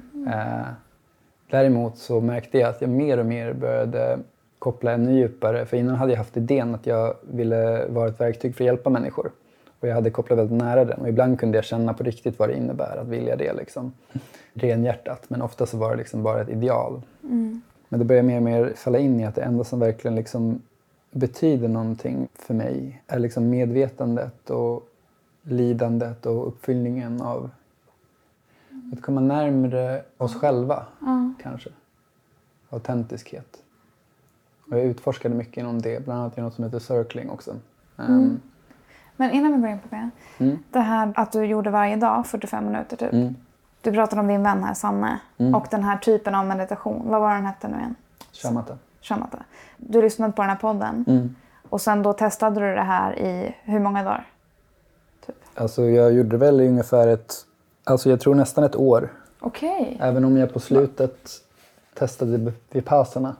Speaker 1: Däremot så märkte jag att jag mer och mer började koppla ännu djupare. För innan hade jag haft idén att jag ville vara ett verktyg för att hjälpa människor. Och jag hade kopplat väldigt nära den. Och ibland kunde jag känna på riktigt vad det innebär att vilja det. Liksom. Renhjärtat. Men ofta så var det liksom bara ett ideal. Men det började mer och mer falla in i att det enda som verkligen liksom betyder någonting för mig är liksom medvetandet och lidandet och uppfyllningen av att komma närmare oss själva, kanske. Autentiskhet. Och jag utforskade mycket inom det, bland annat i något som heter circling också.
Speaker 2: Men innan vi går in på det. Det här att du gjorde varje dag, 45 minuter typ. Du pratade om din vän här, Sanne. Och den här typen av meditation. Vad var den hette nu igen? Shamatha. Du lyssnade på den här podden. Och sen då testade du det här i hur många dagar? Typ.
Speaker 1: Alltså jag gjorde väl i ungefär jag tror nästan ett år.
Speaker 2: Okej.
Speaker 1: Även om jag på slutet testade vipassana.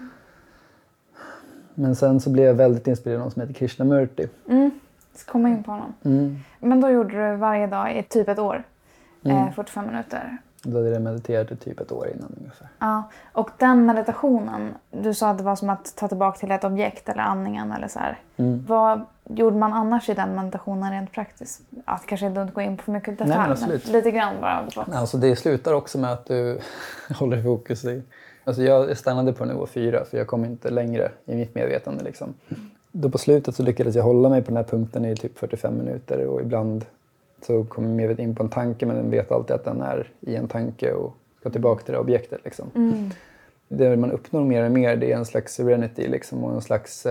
Speaker 1: Men sen så blev jag väldigt inspirerad av någon som heter Krishnamurti.
Speaker 2: Ska komma in på honom. Men då gjorde du varje dag i typ ett år. 45 minuter.
Speaker 1: Då hade jag mediterat i typ ett år innan ungefär.
Speaker 2: Ja, och den meditationen, du sa att det var som att ta tillbaka till ett objekt eller andningen eller så här. Vad gjorde man annars i den meditationen rent praktiskt? Att kanske inte gå in på för mycket detalj, men lite grann bara.
Speaker 1: Alltså det slutar också med att du håller fokus i. Alltså jag stannade på nivå 4 för jag kom inte längre i mitt medvetande liksom. Då på slutet så lyckades jag hålla mig på den här punkten i typ 45 minuter och ibland så kommer jag medvetet in på en tanke men den vet alltid att den är i en tanke och ska tillbaka till det objektet liksom. Det man uppnår mer och mer det är en slags serenity liksom och en slags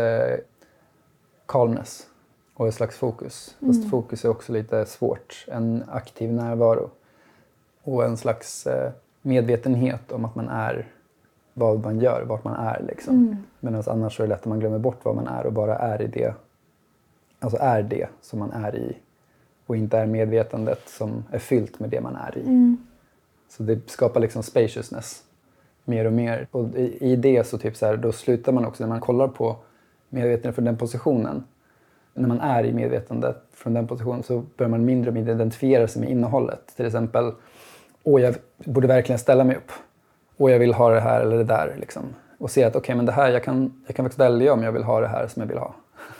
Speaker 1: calmness och en slags fokus. Fast fokus är också lite svårt. En aktiv närvaro och en slags medvetenhet om att man är vad man gör, vart man är liksom. Medan annars så är det lätt att man glömmer bort vad man är och bara är i det. Alltså är det som man är i. Och inte är medvetandet som är fyllt med det man är i. Så det skapar liksom spaciousness mer och mer. Och i det så typ så här, då slutar man också när man kollar på medvetandet från den positionen. När man är i medvetandet från den positionen så börjar man mindre och mindre identifiera sig med innehållet. Till exempel, jag borde verkligen ställa mig upp. Och jag vill ha det här eller det där liksom. Och se att okej, men det här, jag kan faktiskt välja om jag vill ha det här som jag vill ha.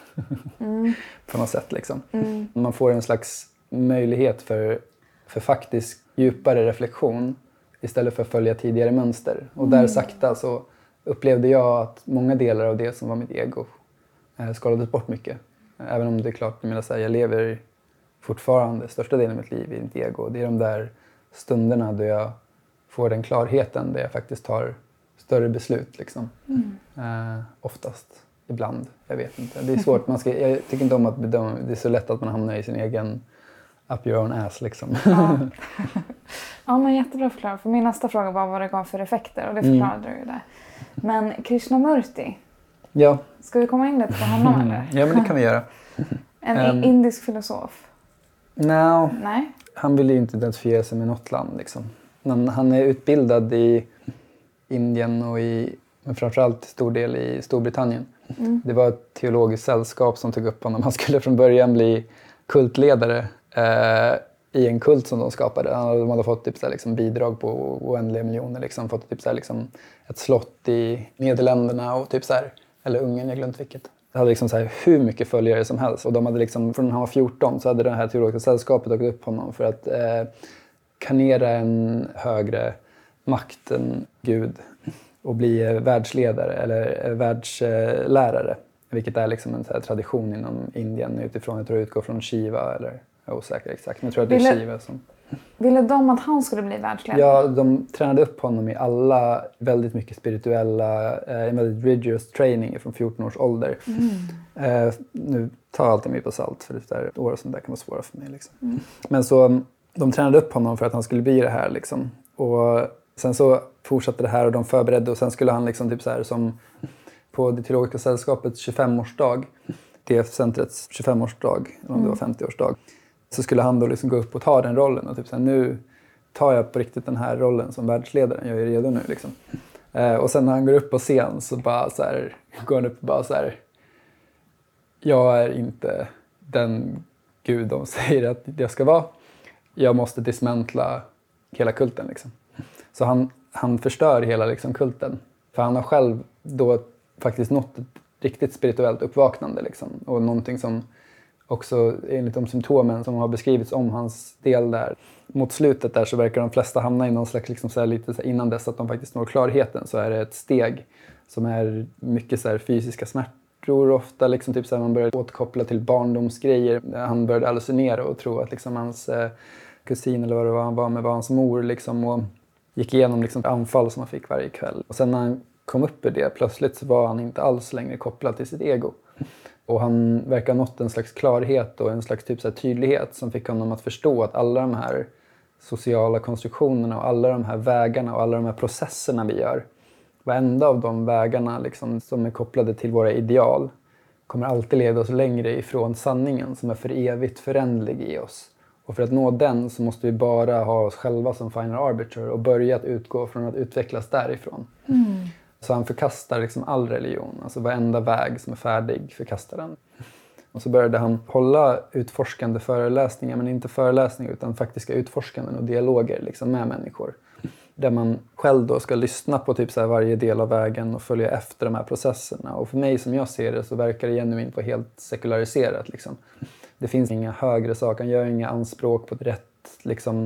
Speaker 1: På något sätt liksom. Man får en slags möjlighet för faktiskt djupare reflektion istället för att följa tidigare mönster. Och där sakta så upplevde jag att många delar av det som var mitt ego skalades bort mycket. Även om det är klart, jag lever fortfarande största delen av mitt liv i mitt ego. Det är de där stunderna då jag får den klarheten där jag faktiskt tar större beslut liksom. Oftast. Ibland, jag vet inte. Det är svårt. Jag tycker inte om att bedöma. Det är så lätt att man hamnar i sin egen up your own ass liksom.
Speaker 2: Ja, men jättebra förklarat. För min nästa fråga var vad det gav för effekter. Och det förklarade du ju där. Men Krishnamurti.
Speaker 1: Ja.
Speaker 2: Ska vi komma in lite på honom eller?
Speaker 1: Ja, men det kan vi göra.
Speaker 2: En indisk filosof.
Speaker 1: Nej. Han ville ju inte identifiera sig med något land liksom. Han är utbildad i Indien och men framförallt stor del i Storbritannien. Det var ett teologiskt sällskap som tog upp honom. Han skulle från början bli kultledare i en kult som de skapade. De hade fått typ så här, liksom, bidrag på oändliga miljoner. Liksom, fått typ så här, liksom, ett slott i Nederländerna och typ så här, eller Ungern, jag glömde vilket. Det hade liksom så här, hur mycket följare som helst. Och de hade liksom, från när han var 14 så hade det här teologiska sällskapet tagit upp honom för att kanera en högre makt än Gud och bli världsledare eller världslärare. Vilket är liksom en så här tradition inom Indien utifrån, jag tror det utgår från Shiva eller jag är osäker exakt. Men jag tror att det är Shiva som...
Speaker 2: Ville de att han skulle bli världsledare?
Speaker 1: Ja, de tränade upp honom i alla väldigt mycket spirituella, väldigt rigorous training från 14 års ålder. Nu tar jag alltid mig på salt för det där år som där kan vara svåra för mig. Liksom. Men så de tränade upp honom för att han skulle bli det här liksom. Och sen så fortsatte det här och de förberedde och sen skulle han liksom typ så här som på det teologiska sällskapets 25-årsdag, TF-centrets 25-årsdag, eller om det var 50-årsdag, så skulle han då liksom gå upp och ta den rollen och typ så här, nu tar jag på riktigt den här rollen som världsledaren, jag är redo nu liksom. Och sen när han går upp på scen så bara så här, går han upp och bara så här, jag är inte den Gud de säger att jag ska vara. Jag måste dismantla hela kulten liksom. Så han förstör hela liksom kulten. För han har själv då faktiskt nått ett riktigt spirituellt uppvaknande liksom. Och någonting som också enligt de symptomen som har beskrivits om hans del där. Mot slutet där så verkar de flesta hamna i någon slags liksom så här, lite så här, innan dess att de faktiskt når klarheten så är det ett steg som är mycket så här, fysiska smärtor ofta. Liksom, typ så här, man börjar återkoppla till barndomsgrejer. Han började hallucinera och tro att liksom, hans kusin eller vad det var, han var med var hans mor liksom, och gick igenom liksom, anfall som han fick varje kväll. Och sen när han kom upp i det plötsligt så var han inte alls längre kopplad till sitt ego. Och han verkar ha nått en slags klarhet och en slags typ så här tydlighet som fick honom att förstå att alla de här sociala konstruktionerna och alla de här vägarna och alla de här processerna vi gör, varenda av de vägarna liksom, som är kopplade till våra ideal kommer alltid leda oss längre ifrån sanningen som är för evigt förändlig i oss. Och för att nå den så måste vi bara ha oss själva som final arbiter och börja att utgå från att utvecklas därifrån. Så han förkastar liksom all religion, alltså varenda väg som är färdig förkastar den. Och så började han hålla utforskande föreläsningar, men inte föreläsningar utan faktiska utforskanden och dialoger liksom med människor. Där man själv då ska lyssna på typ så här varje del av vägen och följa efter de här processerna. Och för mig som jag ser det så verkar det genuint vara helt sekulariserat. Liksom. Det finns inga högre saker, han gör inga anspråk på ett rätt liksom,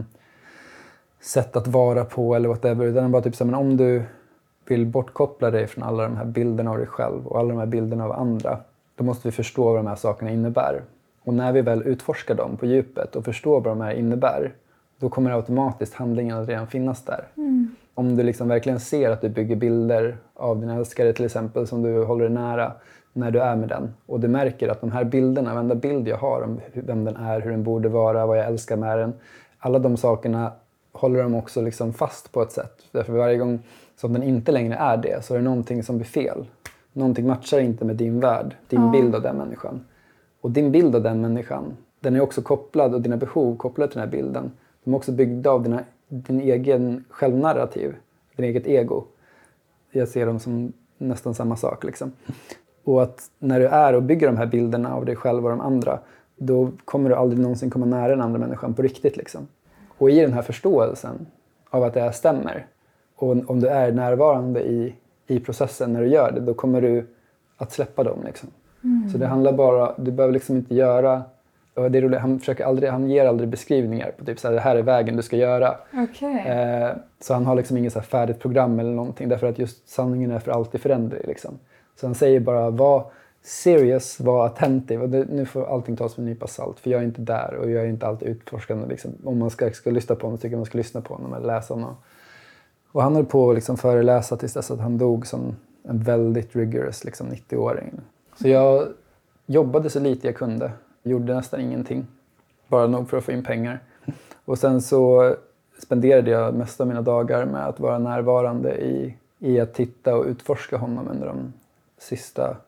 Speaker 1: sätt att vara på eller whatever. Utan bara typ så här, men om du vill bortkoppla dig från alla de här bilderna av dig själv och alla de här bilderna av andra, då måste vi förstå vad de här sakerna innebär. Och när vi väl utforskar dem på djupet och förstår vad de här innebär, då kommer automatiskt handlingen att redan finnas där. Om du liksom verkligen ser att du bygger bilder av din älskare till exempel som du håller nära när du är med den. Och du märker att de här bilderna, varenda bild jag har om vem den är, hur den borde vara, vad jag älskar med den. Alla de sakerna håller de också liksom fast på ett sätt. Därför varje gång som den inte längre är det så är det någonting som blir fel. Någonting matchar inte med din värld, din bild av den människan. Och din bild av den människan, den är också kopplad och dina behov kopplade till den här bilden. De är också byggda av din egen självnarrativ, din eget ego. Jag ser dem som nästan samma sak liksom. Och att när du är och bygger de här bilderna av dig själv och de andra, då kommer du aldrig någonsin komma nära den andra människan på riktigt liksom. Och i den här förståelsen av att det här stämmer, och om du är närvarande i processen när du gör det, då kommer du att släppa dem liksom. Så det handlar bara, du behöver liksom inte göra, och det är roligt, han ger aldrig beskrivningar på typ så här, det här är vägen du ska göra. Så han har liksom inget så här färdigt program eller någonting, därför att just sanningen är för alltid föränderlig liksom. Så han säger bara, var serious, var attentiv, och nu får allting tas med en nypa salt, för jag är inte där och jag är inte alltid utforskande liksom. Om man ska lyssna på honom, tycker jag man ska lyssna på honom eller läsa honom. Och han höll på att liksom föreläsa tills dess att han dog som en väldigt rigorous liksom 90-åring. Så jag jobbade så lite jag kunde. Gjorde nästan ingenting. Bara nog för att få in pengar. Och sen så spenderade jag mest av mina dagar med att vara närvarande i att titta och utforska honom under de sista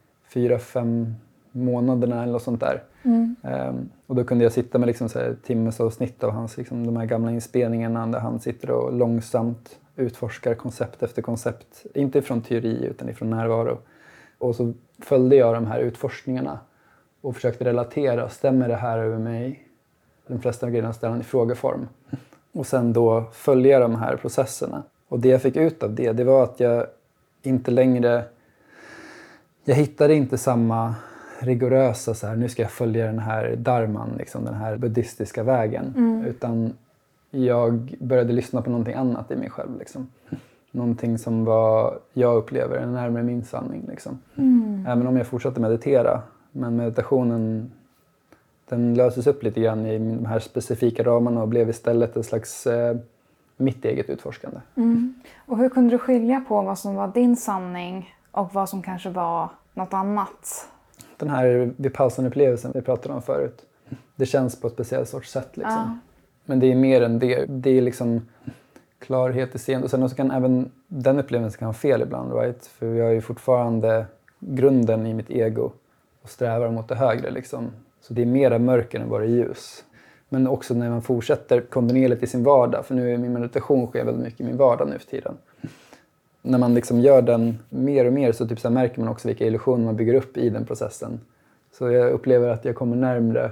Speaker 1: 4-5 månaderna eller något sånt där. Och då kunde jag sitta med liksom så här timmesavsnitt av hans, liksom, de här gamla inspelningarna där han sitter och långsamt utforskar koncept efter koncept. Inte från teori utan ifrån närvaro. Och så följde jag de här utforskningarna och försökte relatera. Stämmer det här över mig? de flesta grejerna ställa i frågeform. Och sen då följa de här processerna. Och det jag fick ut av det var att jag inte längre... Jag hittade inte samma rigorösa så här, nu ska jag följa den här dharman, liksom, den här buddhistiska vägen. Utan jag började lyssna på någonting annat i mig själv. Liksom. Någonting som jag upplever närmare min sanning. Liksom. Även om jag fortsatte meditera. Men meditationen, den löses upp lite grann i de här specifika ramarna och blev istället ett slags mitt eget utforskande.
Speaker 2: Och hur kunde du skilja på vad som var din sanning och vad som kanske var något annat?
Speaker 1: Den här Vipassana-upplevelsen vi pratade om förut. Det känns på ett speciellt sorts sätt. Liksom.
Speaker 2: Ja.
Speaker 1: Men det är mer än det. Det är liksom klarhet i scen. Och sen också kan även den upplevelsen kan ha fel ibland. Right? För jag är ju fortfarande grunden i mitt ego och strävar mot det högre. Liksom. Så det är mera mörker än vad det är ljus. Men också när man fortsätter kontinuerligt i sin vardag. För nu är min meditation sker väldigt mycket i min vardag nu för tiden. När man liksom gör den mer och mer så, typ så här märker man också vilka illusioner man bygger upp i den processen. Så jag upplever att jag kommer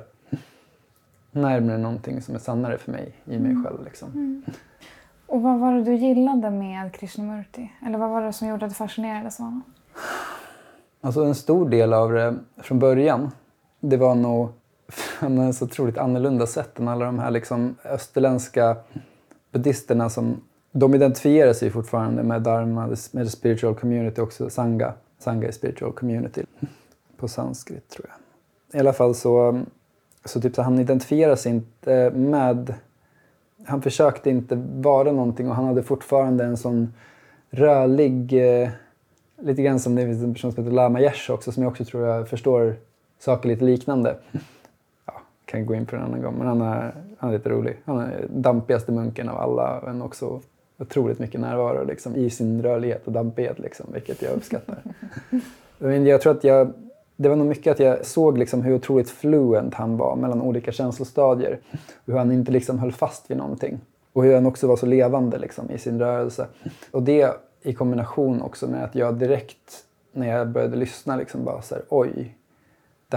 Speaker 1: närmare någonting som är sannare för mig i mig själv. Liksom.
Speaker 2: Och vad var det du gillade med Krishnamurti? Eller vad var det som gjorde att du fascinerades av honom?
Speaker 1: Alltså en stor del av det från början, det var nog ett så otroligt annorlunda sätt än alla de här liksom österländska buddhisterna som de identifierar sig fortfarande med dharma, med the spiritual community också, sangha. Sangha är spiritual community på sanskrit tror jag. I alla fall så typ så han identifierar sig inte med, han försökte inte vara någonting och han hade fortfarande en sån rörlig, lite grann som det finns en person som heter Lama Yeshe också som jag också tror jag förstår saker lite liknande. Ja, kan gå in på en annan gång men han är lite rolig. Han är dampigaste munken av alla men också otroligt mycket närvaro liksom, i sin rörlighet och dampighet liksom, vilket jag uppskattar. Men jag tror att det var nog mycket att jag såg liksom hur otroligt fluent han var mellan olika känslostadier. Hur han inte liksom höll fast vid någonting. Och hur han också var så levande liksom, i sin rörelse. Och det i kombination också med att jag direkt när jag började lyssna liksom bara så här, oj. Det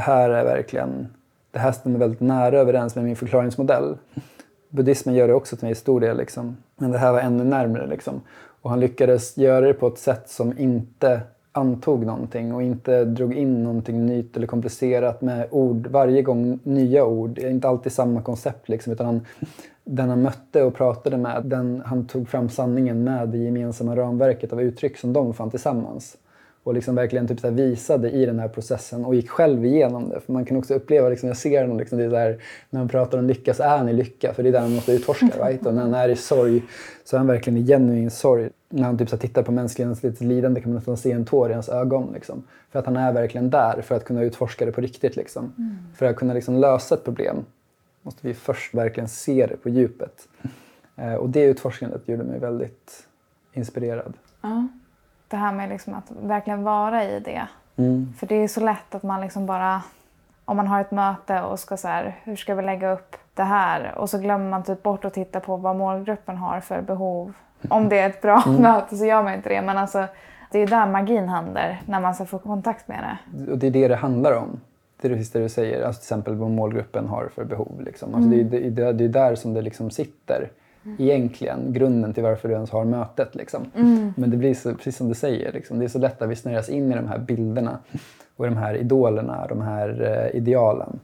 Speaker 1: här stämmer väldigt nära överens med min förklaringsmodell. Buddhismen gör det också till mig i stor del. Liksom. Men det här var ännu närmare. Liksom. Och han lyckades göra det på ett sätt som inte antog någonting. Och inte drog in någonting nytt eller komplicerat med ord. Varje gång nya ord. Inte alltid samma koncept. Liksom, utan den han mötte och pratade med. Han tog fram sanningen med det gemensamma ramverket av uttryck som de fann tillsammans. Och liksom verkligen typ så här visade i den här processen och gick själv igenom det. För man kan också uppleva, liksom, jag ser honom, liksom, det är så här, när han pratar om lycka så är han i lycka. För det är där han måste utforska. Right? Och när han är i sorg så är han verkligen i genuin sorg. När han typ så här, tittar på mänsklighetens lite lidande kan man nästan se en tår i hans ögon. Liksom. För att han är verkligen där för att kunna utforska det på riktigt. Liksom. För att kunna liksom, lösa ett problem måste vi först verkligen se det på djupet. Och det utforskandet gjorde mig väldigt inspirerad.
Speaker 2: Ja. Det här med liksom att verkligen vara i det. För det är så lätt att man liksom bara, om man har ett möte och ska så här, hur ska vi lägga upp det här? Och så glömmer man typ bort att titta på vad målgruppen har för behov. Om det är ett bra möte så gör man inte det. Men alltså, det är där magin händer när man ska få kontakt med det.
Speaker 1: Och det är det handlar om. Det är det sista du säger. Alltså till exempel vad målgruppen har för behov. Liksom. Alltså det är där som det liksom sitter. Egentligen grunden till varför du ens har mötet. Liksom. Men det blir så, precis som du säger. Liksom. Det är så lätt att vi snöras in i de här bilderna. Och de här idolerna. De här idealen.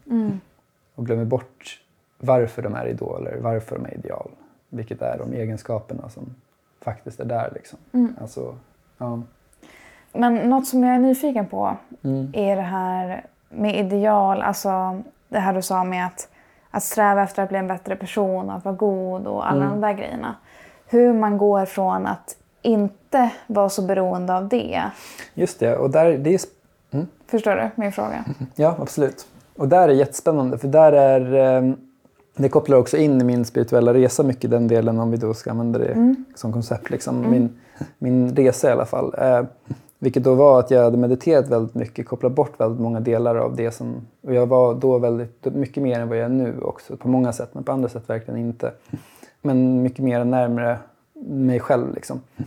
Speaker 1: Och glömmer bort varför de är idoler. Varför de är ideal. Vilket är de egenskaperna som faktiskt är där. Liksom. Alltså, ja.
Speaker 2: Men något som jag är nyfiken på är det här med ideal. Alltså det här du sa med att sträva efter att bli en bättre person, att vara god och alla de där grejerna. Hur man går från att inte vara så beroende av det.
Speaker 1: Just det, och där, det är...
Speaker 2: Förstår du min fråga?
Speaker 1: Ja, absolut. Och där är jättespännande, för där är... Det kopplar också in i min spirituella resa mycket, den delen, om vi då ska använda det som koncept. Liksom. Min resa i alla fall. Vilket då var att jag hade mediterat väldigt mycket, kopplat bort väldigt många delar av det som... Och jag var då väldigt mycket mer än vad jag är nu också, på många sätt, men på andra sätt verkligen inte. Men mycket mer närmare mig själv liksom.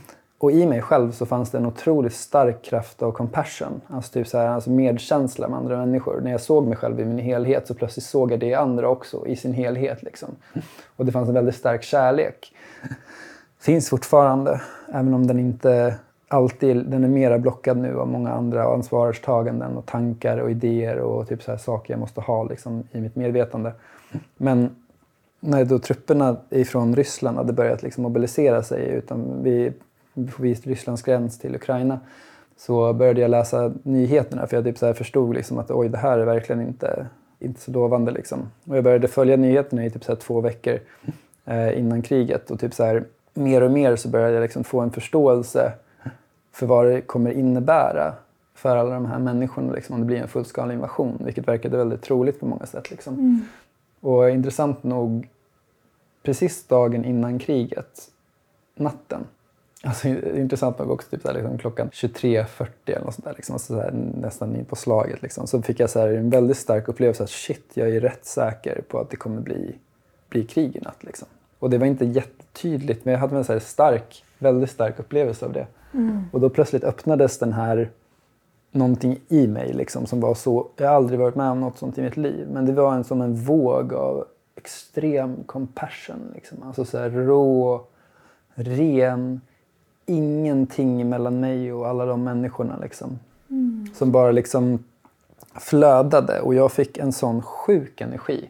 Speaker 1: Och i mig själv så fanns det en otroligt stark kraft av compassion. Alltså typ så här, alltså medkänsla med andra människor. När jag såg mig själv i min helhet så plötsligt såg jag det i andra också. I sin helhet liksom. Och det fanns en väldigt stark kärlek. Finns fortfarande. Även om den inte alltid, den är mera blockad nu av många andra ansvarstaganden och tankar och idéer och typ så här saker jag måste ha liksom i mitt medvetande. Men när då trupperna ifrån Ryssland hade börjat liksom mobilisera sig vid Rysslands gräns till Ukraina, så började jag läsa nyheterna, för jag typ så här förstod liksom att oj, det här är verkligen inte så lovande liksom. Och jag började följa nyheterna i typ så här 2 veckor innan kriget, och typ så här mer och mer så började jag liksom få en förståelse för vad det kommer innebära för alla de här människorna liksom, om det blir en fullskalig invasion, vilket verkade väldigt troligt på många sätt liksom. Och intressant nog, precis dagen innan kriget, natten, alltså intressant nog också typ så här, liksom, klockan 23:40 eller något sånt där, liksom, alltså så här, nästan in på slaget liksom, så fick jag så här en väldigt stark upplevelse att shit, jag är rätt säker på att det kommer bli krig i natt liksom. Och det var inte jättetydligt, men jag hade en så här väldigt stark upplevelse av det. Och då plötsligt öppnades den här någonting i mig liksom, som var så, jag har aldrig varit med om något sånt i mitt liv, men det var som en våg av extrem compassion liksom. Alltså så här rå, ren, ingenting mellan mig och alla de människorna liksom. Som bara liksom flödade, och jag fick en sån sjuk energi.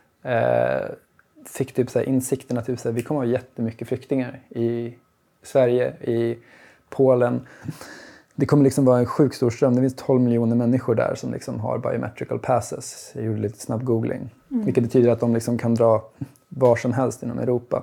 Speaker 1: Fick typ så här insikten att typ så här, vi kommer ha jättemycket flyktingar i Sverige, i Polen. Det kommer liksom vara en sjuk stor ström. Det finns 12 miljoner människor där som liksom har biometrical passes. Jag gjorde lite snabb googling. Vilket betyder att de liksom kan dra var som helst inom Europa.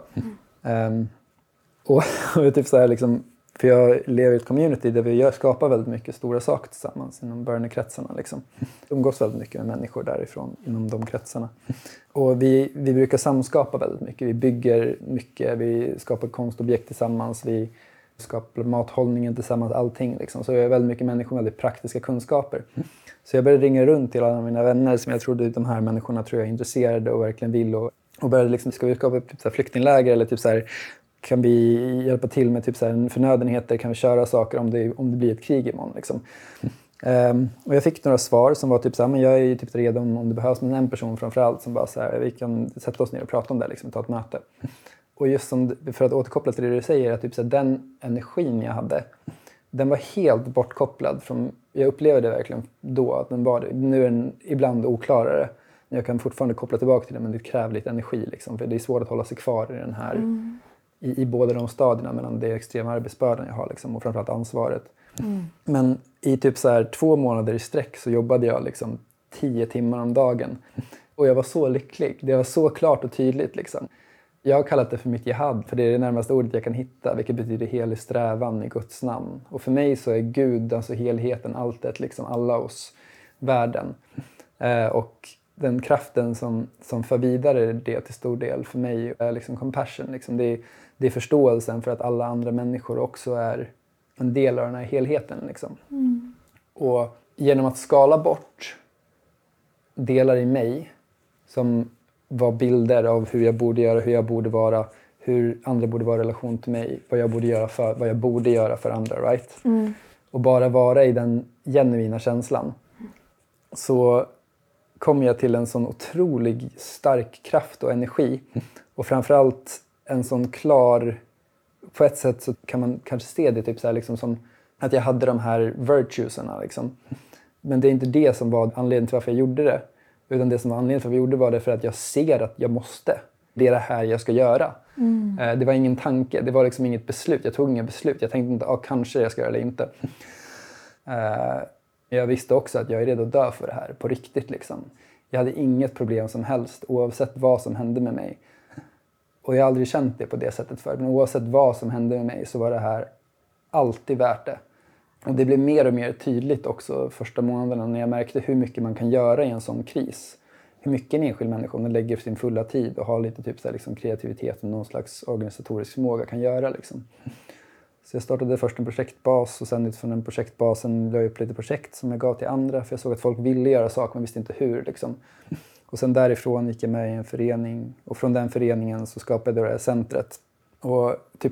Speaker 1: Och typ så här liksom, för jag lever i ett community där vi skapar väldigt mycket stora saker tillsammans inom Burner-kretsarna liksom. Umgås väldigt mycket med människor därifrån inom de kretsarna. Och vi brukar samskapa väldigt mycket. Vi bygger mycket, vi skapar konstobjekt tillsammans, vi skapar mathållningen tillsammans, allting liksom. Så jag är väldigt mycket människor med väldigt praktiska kunskaper. Så jag började ringa runt till alla mina vänner som jag trodde de här människorna tror jag är intresserade och verkligen vill. Och började liksom, ska vi skapa typ så här flyktingläger eller typ så här, kan vi hjälpa till med typ så här förnödenheter, kan vi köra saker om det blir ett krig imorgon liksom. Och jag fick några svar som var typ så här, men jag är ju typ redo om det behövs, men en person framförallt som bara så här, vi kan sätta oss ner och prata om det liksom, ta ett möte. Och just som, för att återkoppla till det du säger, att typ så här, den energin jag hade, den var helt bortkopplad från, jag upplevde det verkligen då att den var det. Nu är den ibland oklarare. Jag kan fortfarande koppla tillbaka till det, men det kräver lite energi liksom, för det är svårt att hålla sig kvar i den här i båda de stadierna mellan det extrema arbetsbördan jag har liksom, och framförallt ansvaret. Men i typ så här 2 månader i sträck så jobbade jag liksom 10 timmar om dagen. Och jag var så lycklig. Det var så klart och tydligt liksom. Jag har kallat det för mitt jihad, för det är det närmaste ordet jag kan hitta, vilket betyder helig strävan i Guds namn. Och för mig så är Gud, alltså helheten, alltet, liksom alla oss, världen. Och den kraften som för vidare det till stor del för mig är liksom compassion. Liksom. Det är förståelsen för att alla andra människor också är en del av den här helheten. Liksom. Och genom att skala bort delar i mig som var bilder av hur jag borde göra, hur jag borde vara, hur andra borde vara i relation till mig, vad jag borde göra för andra, right? Och bara vara i den genuina känslan, så kom jag till en sån otrolig stark kraft och energi. Och framförallt en sån klar, på ett sätt så kan man kanske se det typ så här, liksom som att jag hade de här virtuesarna liksom. Men det är inte det som var anledningen till varför jag gjorde det. Utan det som var anledningen till varför jag gjorde det var det för att jag ser att jag måste. Det är det här jag ska göra. Det var ingen tanke, det var liksom inget beslut. Jag tog inga beslut. Jag tänkte inte, kanske jag ska göra det eller inte. Jag visste också att jag är redo att dö för det här, på riktigt liksom. Jag hade inget problem som helst, oavsett vad som hände med mig. Och jag har aldrig känt det på det sättet förut. Men oavsett vad som hände med mig så var det här alltid värt det. Och det blev mer och mer tydligt också första månaderna när jag märkte hur mycket man kan göra i en sån kris. Hur mycket en enskild människa, om den lägger sin fulla tid och har lite typ så här, liksom, kreativitet och någon slags organisatorisk förmåga kan göra. Liksom. Så jag startade först en projektbas och sen utifrån den projektbasen la jag upp lite projekt som jag gav till andra. För jag såg att folk ville göra saker men visste inte hur. Liksom. Och sen därifrån gick jag med i en förening. Och från den föreningen så skapade jag det här centret. Och typ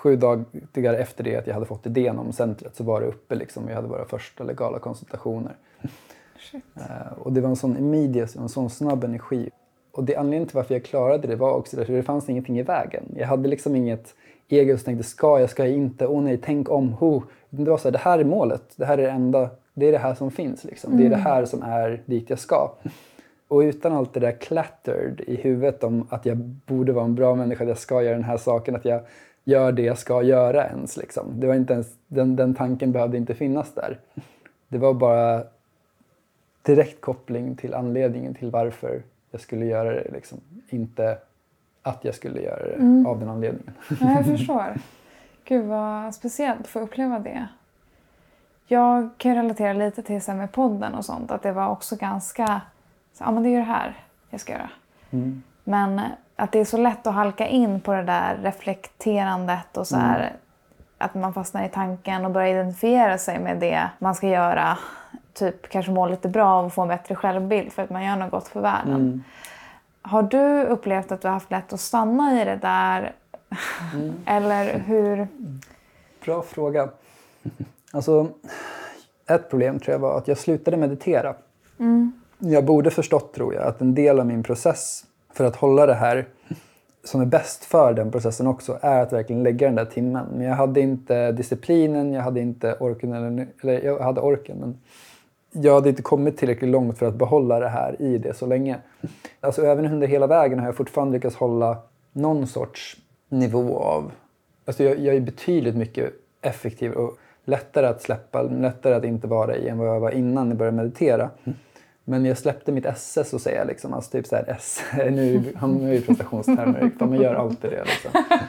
Speaker 1: 7 dagar efter det att jag hade fått idén om centret så var det uppe liksom. Jag hade våra första legala konsultationer. Och det var en sån immediate, en sån snabb energi. Och det anledningen till varför jag klarade det var också därför det fanns ingenting i vägen. Jag hade liksom inget ego som tänkte ska jag inte, åh nej, tänk om, Det var så här, det här är målet, det här är det enda, det är det här som finns liksom. Det är det här som är dit jag ska. Och utan allt det där clattered i huvudet om att jag borde vara en bra människa, att jag ska göra den här saken, att jag gör det jag ska göra ens liksom. Det var inte ens, den tanken behövde inte finnas där. Det var bara direkt koppling till anledningen till varför jag skulle göra det liksom. Inte att jag skulle göra det av den anledningen.
Speaker 2: Ja, jag förstår. Gud vad speciellt att få uppleva det. Jag kan relatera lite till det med podden och sånt. Att det var också ganska, ja men det är ju det här jag ska göra. Men att det är så lätt att halka in på det där reflekterandet och så här. Att man fastnar i tanken och börjar identifiera sig med det man ska göra. Typ kanske må lite bra av att få en bättre självbild för att man gör något gott för världen. Har du upplevt att du har haft lätt att stanna i det där? Eller hur?
Speaker 1: Bra fråga. Alltså, ett problem tror jag var att jag slutade meditera. Jag borde förstått, tror jag, att en del av min process för att hålla det här som är bäst för den processen också är att verkligen lägga den där timmen. Men jag hade inte disciplinen, jag hade inte orken, eller jag hade orken, men jag hade inte kommit tillräckligt långt för att behålla det här i det så länge. Alltså även under hela vägen har jag fortfarande lyckats hålla någon sorts nivå av... Alltså jag är betydligt mycket effektiv och lättare att släppa, lättare att inte vara i än vad jag var innan jag började meditera. Men jag släppte mitt SS och säga liksom, alltså typ så här nu är vi prestationstermer, man gör alltid det liksom.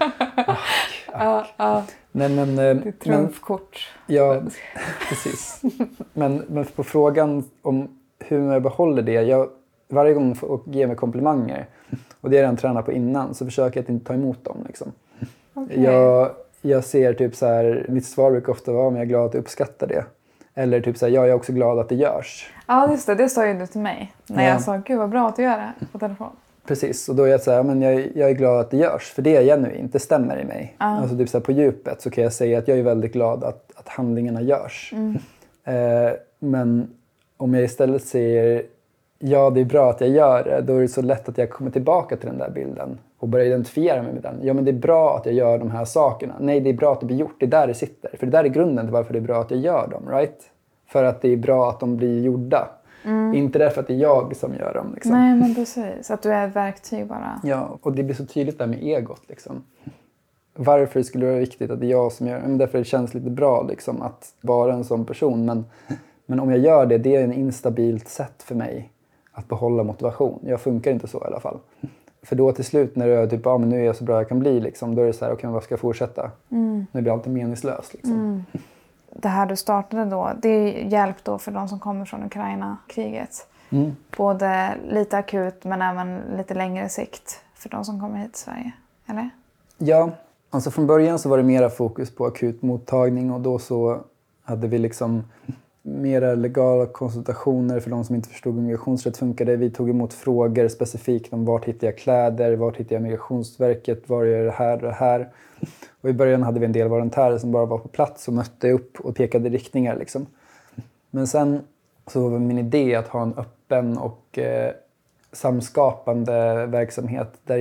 Speaker 1: Men,
Speaker 2: det är trumfkort.
Speaker 1: Ja, precis. Men på frågan om hur jag behåller det, varje gång jag ger mig komplimanger, och det är jag tränat på innan, så försöker jag att inte ta emot dem liksom. Okay. Jag ser typ så här, mitt svar brukar ofta vara om jag är glad att du uppskattar det. Eller typ så här, jag är också glad att det görs.
Speaker 2: Ja, just det sa ju du till mig. När jag sa, gud vad bra att du gör det på telefon.
Speaker 1: Precis, och då är jag så här, men jag är glad att det görs. För det är genuint, det stämmer i mig. Alltså typ så här, på djupet så kan jag säga att jag är väldigt glad att handlingarna görs. Men om jag istället säger, ja det är bra att jag gör det, då är det så lätt att jag kommer tillbaka till den där bilden. Och börjar identifiera mig med den. Ja men det är bra att jag gör de här sakerna. Nej, det är bra att det blir gjort, det är där det sitter. För det där är grunden till varför det är bra att jag gör dem, right? För att det är bra att de blir gjorda. Inte därför att det är jag som gör dem. Liksom.
Speaker 2: Nej, men precis. Att du är ett verktyg bara.
Speaker 1: Ja, och det blir så tydligt där med egot. Liksom. Varför skulle det vara viktigt att det är jag som gör det? Men därför det känns lite bra liksom, att vara en sån person. Men om jag gör det, det är en instabilt sätt för mig att behålla motivation. Jag funkar inte så i alla fall. För då till slut när jag typ, men nu är jag så bra jag kan bli, liksom, då är det så här, okej, vad ska jag fortsätta? Nu blir allt meningslöst. Liksom.
Speaker 2: Det här du startade då, det är hjälp då för de som kommer från Ukraina-kriget. Både lite akut men även lite längre sikt för de som kommer hit till Sverige, eller?
Speaker 1: Ja, alltså från början så var det mera fokus på akut mottagning och då så hade vi liksom mera legala konsultationer för de som inte förstod hur migrationsrätt funkade. Vi tog emot frågor specifikt om vart hittar jag kläder, vart hittar jag Migrationsverket, var är det här och det här. Och i början hade vi en del volontärer som bara var på plats och mötte upp och pekade riktningar. Liksom. Men sen så var min idé att ha en öppen och samskapande verksamhet där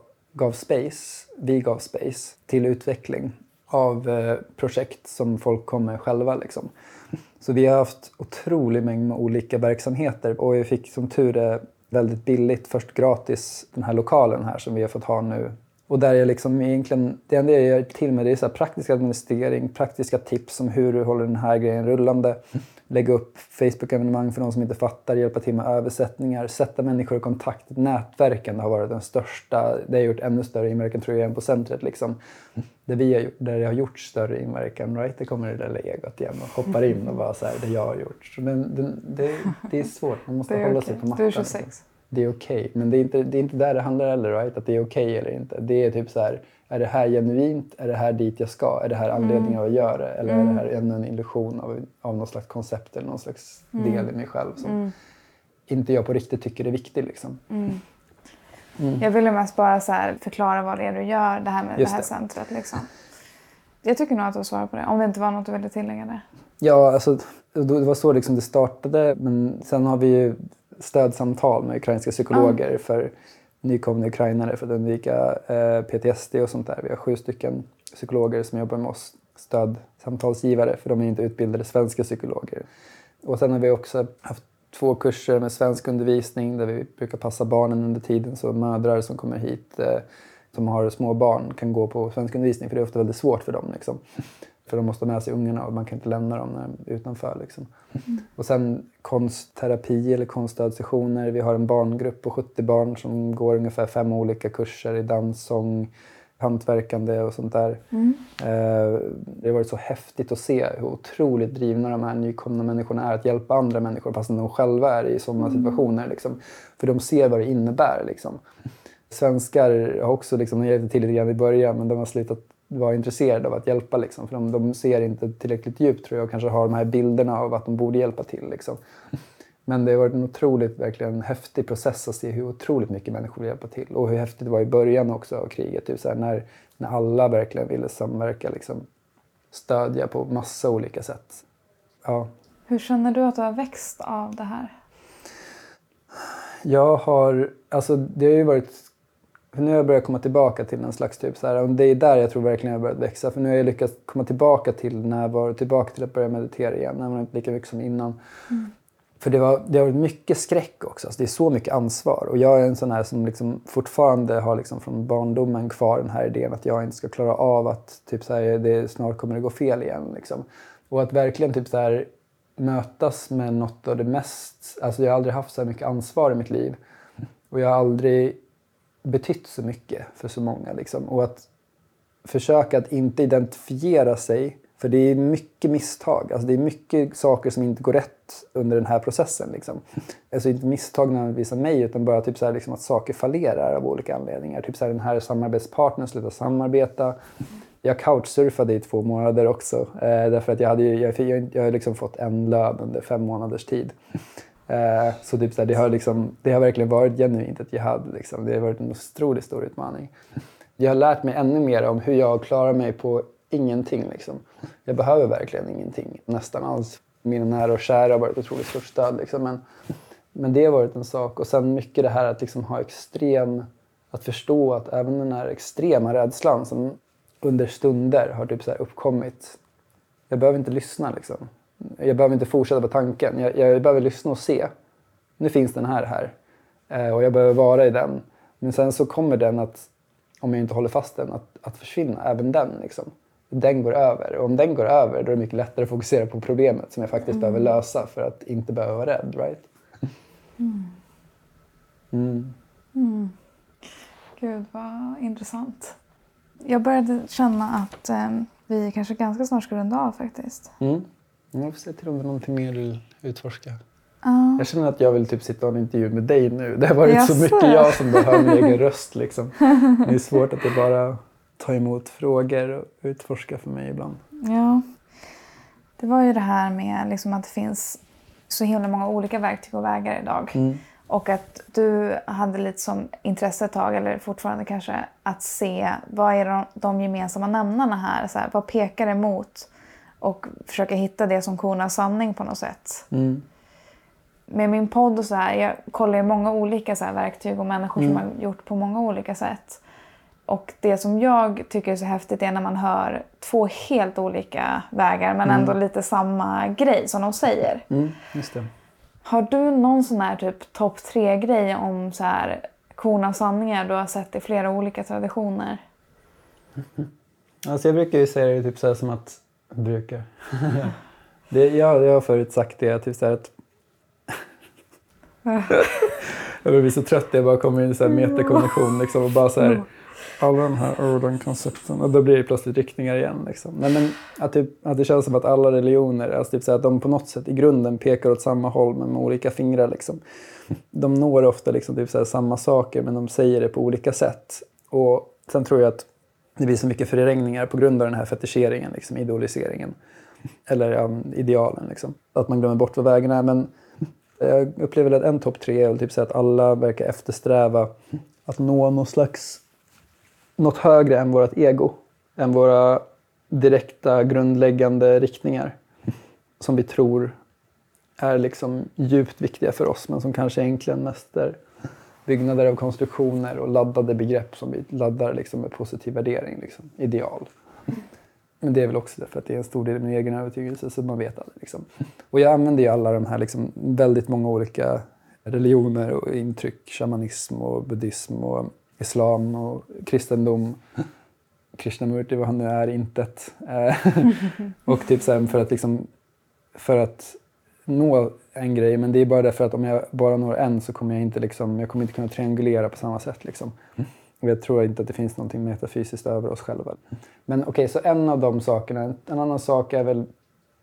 Speaker 1: vi gav space till utveckling av projekt som folk kommer själva. Liksom. Så vi har haft otrolig mängd med olika verksamheter och vi fick som tur väldigt billigt, först gratis, den här lokalen här som vi har fått ha nu. Och där jag liksom egentligen, det enda jag gör till med det är så här praktisk administrering, praktiska tips om hur du håller den här grejen rullande. Lägga upp Facebook-evenemang för de som inte fattar, hjälpa till med översättningar, sätta människor i kontakt. Nätverken har varit den största, det har gjort ännu större inverkan tror jag än på centret. Liksom. Det vi har gjort, där det har gjort större inverkan, right? Det kommer det där egot igen och hoppar in och bara så här, det jag har gjort. Så det är svårt, man måste hålla sig på mattan.
Speaker 2: Du är 26.
Speaker 1: Liksom. Det är okej. Men det är inte där det handlar heller, right? Att det är okej eller inte. Det är typ så här, är det här genuint? Är det här dit jag ska? Är det här anledningen av att göra det? Eller är det här ännu en illusion av något slags koncept eller någon slags del i mig själv som inte jag på riktigt tycker är viktig liksom.
Speaker 2: Jag ville mest bara så här förklara vad det är du gör, det här med det här centret liksom. Jag tycker nog att du svarar på det. Om det inte var något du ville tillägga där.
Speaker 1: Ja, alltså det var så liksom det startade. Men sen har vi ju stödsamtal med ukrainska psykologer för nykomna ukrainare för att undvika PTSD och sånt där. Vi har 7 stycken psykologer som jobbar med oss, stödsamtalsgivare, för de är inte utbildade svenska psykologer. Och sen har vi också haft 2 kurser med svensk undervisning där vi brukar passa barnen under tiden, så mödrar som kommer hit som har små barn kan gå på svensk undervisning, för det är ofta väldigt svårt för dem liksom. För de måste ha med sig ungarna och man kan inte lämna dem utanför liksom. Och sen konstterapi eller konststödsessioner. Vi har en barngrupp på 70 barn som går ungefär 5 olika kurser i dans, sång, hantverkande och sånt där. Det har varit så häftigt att se hur otroligt drivna de här nykomna människorna är att hjälpa andra människor fast de själva är i sådana situationer liksom. För de ser vad det innebär liksom. Svenskar har också liksom hjälpt till lite grann i början, men de har slutat vara intresserade av att hjälpa liksom. För de ser inte tillräckligt djupt, tror jag, och kanske har de här bilderna av att de borde hjälpa till liksom. Men det har varit en otroligt, verkligen häftig process att se hur otroligt mycket människor vill hjälpa till. Och hur häftigt det var i början också av kriget. Typ så här, när alla verkligen ville samverka, liksom, stödja på massa olika sätt. Ja.
Speaker 2: Hur känner du att du har växt av det här?
Speaker 1: Det har ju varit... För nu har jag börjat komma tillbaka till en slags typ så här, och det är där jag tror verkligen jag har börjat växa. För nu har jag lyckats komma tillbaka till närvaro, tillbaka till att börja meditera igen. Även inte lika mycket som innan. För det har varit mycket skräck också. Alltså det är så mycket ansvar. Och jag är en sån här som liksom fortfarande har liksom från barndomen kvar den här idén att jag inte ska klara av att typ så här, snart kommer det gå fel igen. Liksom. Och att verkligen typ så här, mötas med något av det mest... Alltså jag har aldrig haft så här mycket ansvar i mitt liv. Och jag har aldrig betytt så mycket för så många. Liksom. Och att försöka att inte identifiera sig. För det är mycket misstag. Alltså det är mycket saker som inte går rätt under den här processen. Liksom. Alltså inte misstag nödvändigtvis av mig, utan bara typ så här, liksom att saker fallerar av olika anledningar. Typ så här, den här samarbetspartnern slutar samarbeta. Jag couchsurfade i 2 månader också. Därför att jag har liksom fått en lön under 5 månaders tid. Så typ så här, det har verkligen varit genuint ett jihad. Liksom. Det har varit en otroligt stor utmaning. Jag har lärt mig ännu mer om hur jag klarar mig på ingenting. Liksom. Jag behöver verkligen ingenting. Nästan alls. Mina nära och kära har varit otroligt stort stöd. Liksom. Men det har varit en sak. Och sen mycket det här att liksom ha att förstå att även den här extrema rädslan som under stunder har typ så här uppkommit. Jag behöver inte lyssna liksom. Jag behöver inte fortsätta på tanken. Jag behöver lyssna och se. Nu finns den här. Och jag behöver vara i den. Men sen så kommer den att, om jag inte håller fast den, att försvinna. Även den liksom. Den går över. Och om den går över, då är det mycket lättare att fokusera på problemet som jag faktiskt behöver lösa för att inte behöva vara rädd. Right?
Speaker 2: Gud, vad intressant. Jag började känna att vi kanske ganska snart ska runda av faktiskt.
Speaker 1: Jag får se till om det är någonting mer du vill utforska. Jag känner att jag vill typ sitta och en intervju med dig nu. Det har varit så mycket jag som bara hör min egen röst. Liksom. Det är svårt att det bara ta emot frågor och utforska för mig ibland.
Speaker 2: Ja, det var ju det här med liksom att det finns så himla många olika verktyg och vägar idag. Och att du hade lite som intresse ett tag, eller fortfarande kanske, att se vad är de gemensamma nämnarna här. Så här, vad pekar det emot? Och försöka hitta det som kornas sanning på något sätt. Med min podd och så här, jag kollar ju många olika så här verktyg och människor som har gjort på många olika sätt. Och det som jag tycker är så häftigt är när man hör 2 helt olika vägar men ändå lite samma grej som de säger.
Speaker 1: Just det.
Speaker 2: Har du någon sån här typ topp 3-grej om så här korna sanningar du har sett i flera olika traditioner?
Speaker 1: Alltså jag brukar ju säga det typ så här som att jag har förut sagt det typ så här att jag blir så trött, jag bara kommer in i så här metakonvention liksom, och bara så här alla de här orden, koncepten, och då blir det plötsligt riktningar igen liksom. Men att det känns som att alla religioner, alltså typ så här, att de på något sätt i grunden pekar åt samma håll men med olika fingrar liksom. De når ofta liksom typ så här samma saker, men de säger det på olika sätt. Och sen tror jag att det blir så mycket förvrängningar på grund av den här fetischeringen, liksom, idoliseringen. Eller idealen liksom. Att man glömmer bort vad vägen är. Men jag upplever att en topp 3 är typ så att alla verkar eftersträva att nå något högre än vårt ego. Än våra direkta grundläggande riktningar som vi tror är liksom djupt viktiga för oss, men som kanske egentligen mest är byggnader av konstruktioner och laddade begrepp som vi laddar liksom med positiv värdering, liksom, ideal. Men det är väl också därför att det är en stor del av min egen övertygelse, så man vet aldrig. Liksom. Och jag använder ju alla de här liksom, väldigt många olika religioner och intryck, shamanism och buddhism och islam och kristendom. Krishnamurti, vad han nu är, intet. Och typ så här, för att nå en grej, men det är bara därför att om jag bara når en så kommer jag inte liksom, jag kommer inte kunna triangulera på samma sätt liksom. Och jag tror inte att det finns någonting metafysiskt över oss själva. Men okej, så en av de sakerna, en annan sak är väl,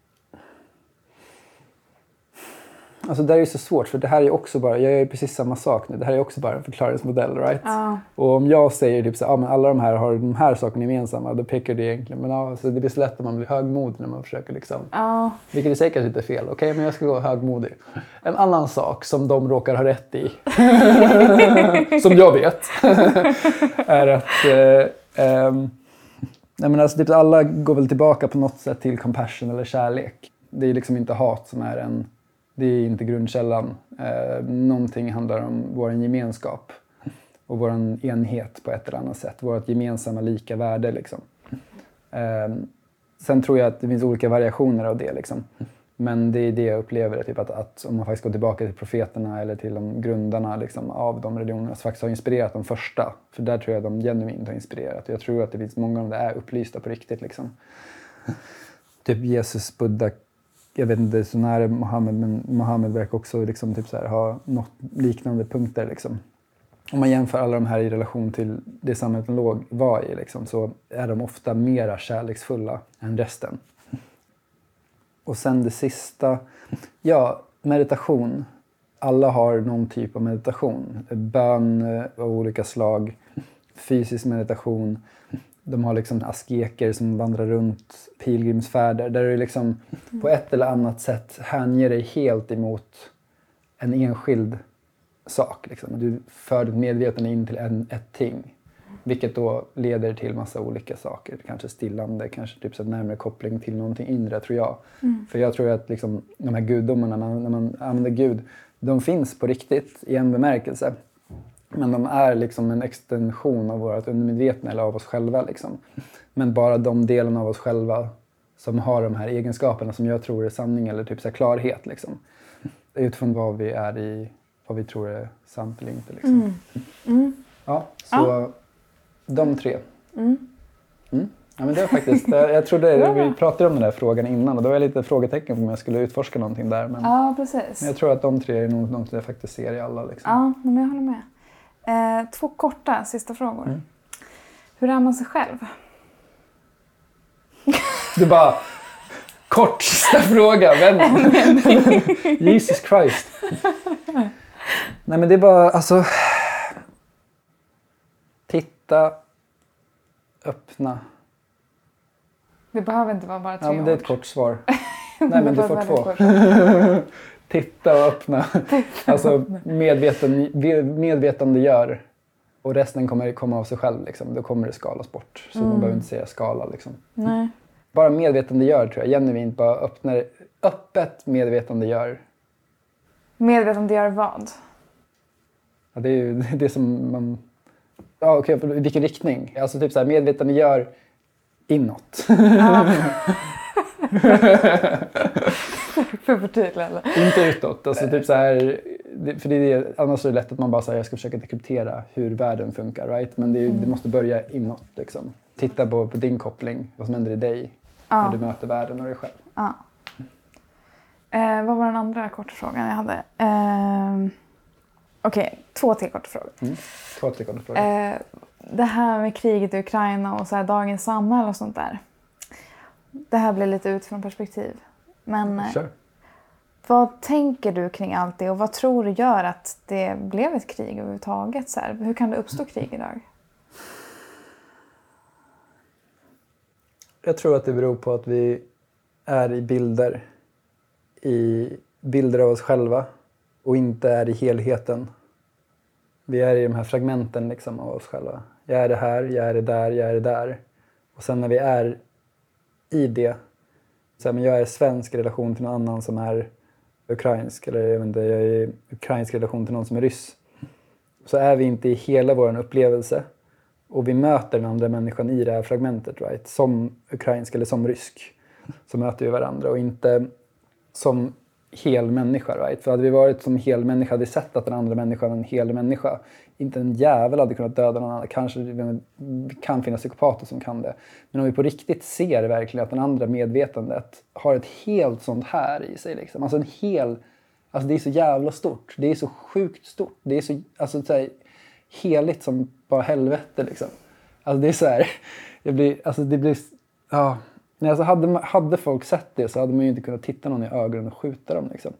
Speaker 1: alltså det här är ju så svårt, för det här är också bara, jag gör ju precis samma sak nu. Det här är också bara en förklaringsmodell, right? Och om jag säger typ så här, men alla de här har de här sakerna gemensamma, då pekar det egentligen. Men så det blir så lätt att man blir högmodig när man försöker liksom. Vilket i sig kanske inte är fel. Okej, men jag ska gå högmodig. En annan sak som de råkar ha rätt i, som jag vet, är att nej, men alltså, typ, alla går väl tillbaka på något sätt till compassion eller kärlek. Det är liksom inte hat som är det är inte grundkällan. Någonting handlar om vår gemenskap och vår enhet på ett eller annat sätt. Vårt gemensamma lika värde. Liksom. Sen tror jag att det finns olika variationer av det. Liksom. Men det är det jag upplever. Typ att om man faktiskt går tillbaka till profeterna eller till de grundarna liksom, av de religionerna som faktiskt har inspirerat de första. För där tror jag att de genuint har inspirerat. Jag tror att det finns många av dem är upplysta på riktigt. Liksom. Typ Jesus, Buddha, jag vet inte så nära Mohammed, men Mohammed verkar också liksom, typ så här, ha något liknande punkter. Liksom. Om man jämför alla de här i relation till det samhället de var i liksom, så är de ofta mera kärleksfulla än resten. Och sen det sista, meditation. Alla har någon typ av meditation. Bön av olika slag, fysisk meditation. De har liksom askeker som vandrar runt, pilgrimsfärder. Där du liksom på ett eller annat sätt hänger dig helt emot en enskild sak. Liksom. Du för ditt medvetande in till ett ting. Vilket då leder till massa olika saker. Kanske stillande, kanske typ så närmare koppling till någonting inre, tror jag. För jag tror att liksom, de här gudomarna, när man använder Gud, de finns på riktigt i en bemärkelse. Men de är liksom en extension av vårt undermedvetna eller av oss själva. Liksom. Men bara de delarna av oss själva som har de här egenskaperna som jag tror är sanning eller typ så här klarhet. Liksom. Utifrån vad vi är i, vad vi tror är sant eller inte. Liksom. Ja, så de tre. Ja, men det var faktiskt, jag trodde vi pratade om den där frågan innan och då var jag lite frågetecken på om jag skulle utforska någonting där. Men,
Speaker 2: ja, precis.
Speaker 1: Men jag tror att de tre är något jag faktiskt ser i alla. Liksom.
Speaker 2: Ja, men jag håller med. 2 korta sista frågor. Hur är man sig själv?
Speaker 1: Du bara, kort sista fråga, vän. Jesus Christ. Nej, men det är bara, alltså, titta, öppna.
Speaker 2: Det behöver inte vara bara 3 ord.
Speaker 1: Ja, men det är ett kort svar. Nej, men du får 2. Titta och öppna. Alltså medvetandegör. Och resten kommer komma av sig själv. Liksom. Då kommer det skalas bort. Så man behöver inte säga skala. Liksom.
Speaker 2: Nej.
Speaker 1: Bara medvetandegör, tror jag. Genuint bara öppet medvetandegör.
Speaker 2: Medvetandegör vad?
Speaker 1: Ja, det är ju det som man... Ja, okej. I vilken riktning? Alltså typ så här, medvetandegör inåt.
Speaker 2: För förtydligande.
Speaker 1: Inte utåt. Alltså typ så här, för annars är det lätt att man bara säger jag ska försöka dekryptera hur världen funkar, right? Men det måste börja inåt liksom. Titta på din koppling, vad som händer i dig när du möter världen och dig själv.
Speaker 2: Ja. Vad var den andra korta frågan jag hade? Okej, 2 till korta frågor.
Speaker 1: 2 till korta frågor.
Speaker 2: Det här med kriget i Ukraina och så här, dagens samhälle och sånt där. Det här blir lite utifrån perspektiv. Men vad tänker du kring allt det och vad tror du gör att det blev ett krig överhuvudtaget? Så här? Hur kan det uppstå krig idag?
Speaker 1: Jag tror att det beror på att vi är i bilder av oss själva och inte är i helheten. Vi är i de här fragmenten liksom av oss själva. Jag är det här, jag är det där, jag är det där. Och sen när vi är i det. Så här, men jag är svensk i relation till någon annan som är ukrainsk. Eller jag vet inte, jag är ukrainsk i relation till någon som är ryss. Så är vi inte i hela vår upplevelse. Och vi möter den andra människan i det här fragmentet. Right? Som ukrainsk eller som rysk. Så möter vi varandra och inte som hel människa. Right? För hade vi varit som hel människa hade vi sett att den andra människan är en hel människa. Inte en jävel hade kunnat döda någon annan. Kanske det kan finnas psykopater som kan det. Men om vi på riktigt ser verkligen att den andra medvetandet har ett helt sånt här i sig. Liksom. Alltså det är så jävla stort. Det är så sjukt stort. Det är så, alltså, så här, heligt som bara helvete. Liksom. Alltså det är så här. Alltså hade folk sett det så hade man ju inte kunnat titta någon i ögonen och skjuta dem. Liksom.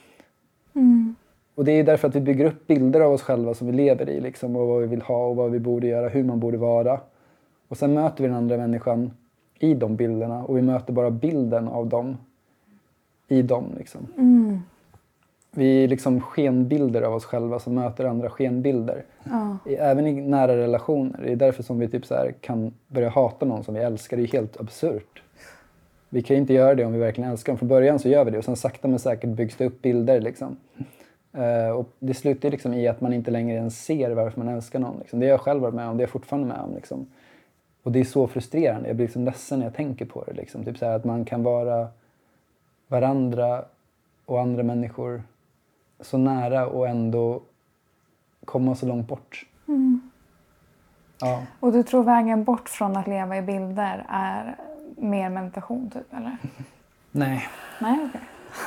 Speaker 2: Mm.
Speaker 1: Och det är därför att vi bygger upp bilder av oss själva som vi lever i. Liksom, och vad vi vill ha och vad vi borde göra, hur man borde vara. Och sen möter vi den andra människan i de bilderna. Och vi möter bara bilden av dem i dem. Liksom.
Speaker 2: Mm.
Speaker 1: Vi är liksom skenbilder av oss själva som möter andra skenbilder. Även i nära relationer. Det är därför som vi typ så här kan börja hata någon som vi älskar. Det är helt absurt. Vi kan inte göra det om vi verkligen älskar dem. Från början så gör vi det. Och sen sakta men säkert byggs det upp bilder. Liksom. Och det slutar liksom i att man inte längre ens ser varför man älskar någon. Liksom. Det har jag själv varit med om. Det är jag fortfarande med om. Liksom. Och det är så frustrerande. Jag blir liksom ledsen när jag tänker på det. Liksom. Typ så här att man kan vara varandra och andra människor så nära och ändå komma så långt bort.
Speaker 2: Mm.
Speaker 1: Ja.
Speaker 2: Och du tror vägen bort från att leva i bilder är mer meditation typ, eller?
Speaker 1: Nej.
Speaker 2: Nej, okej.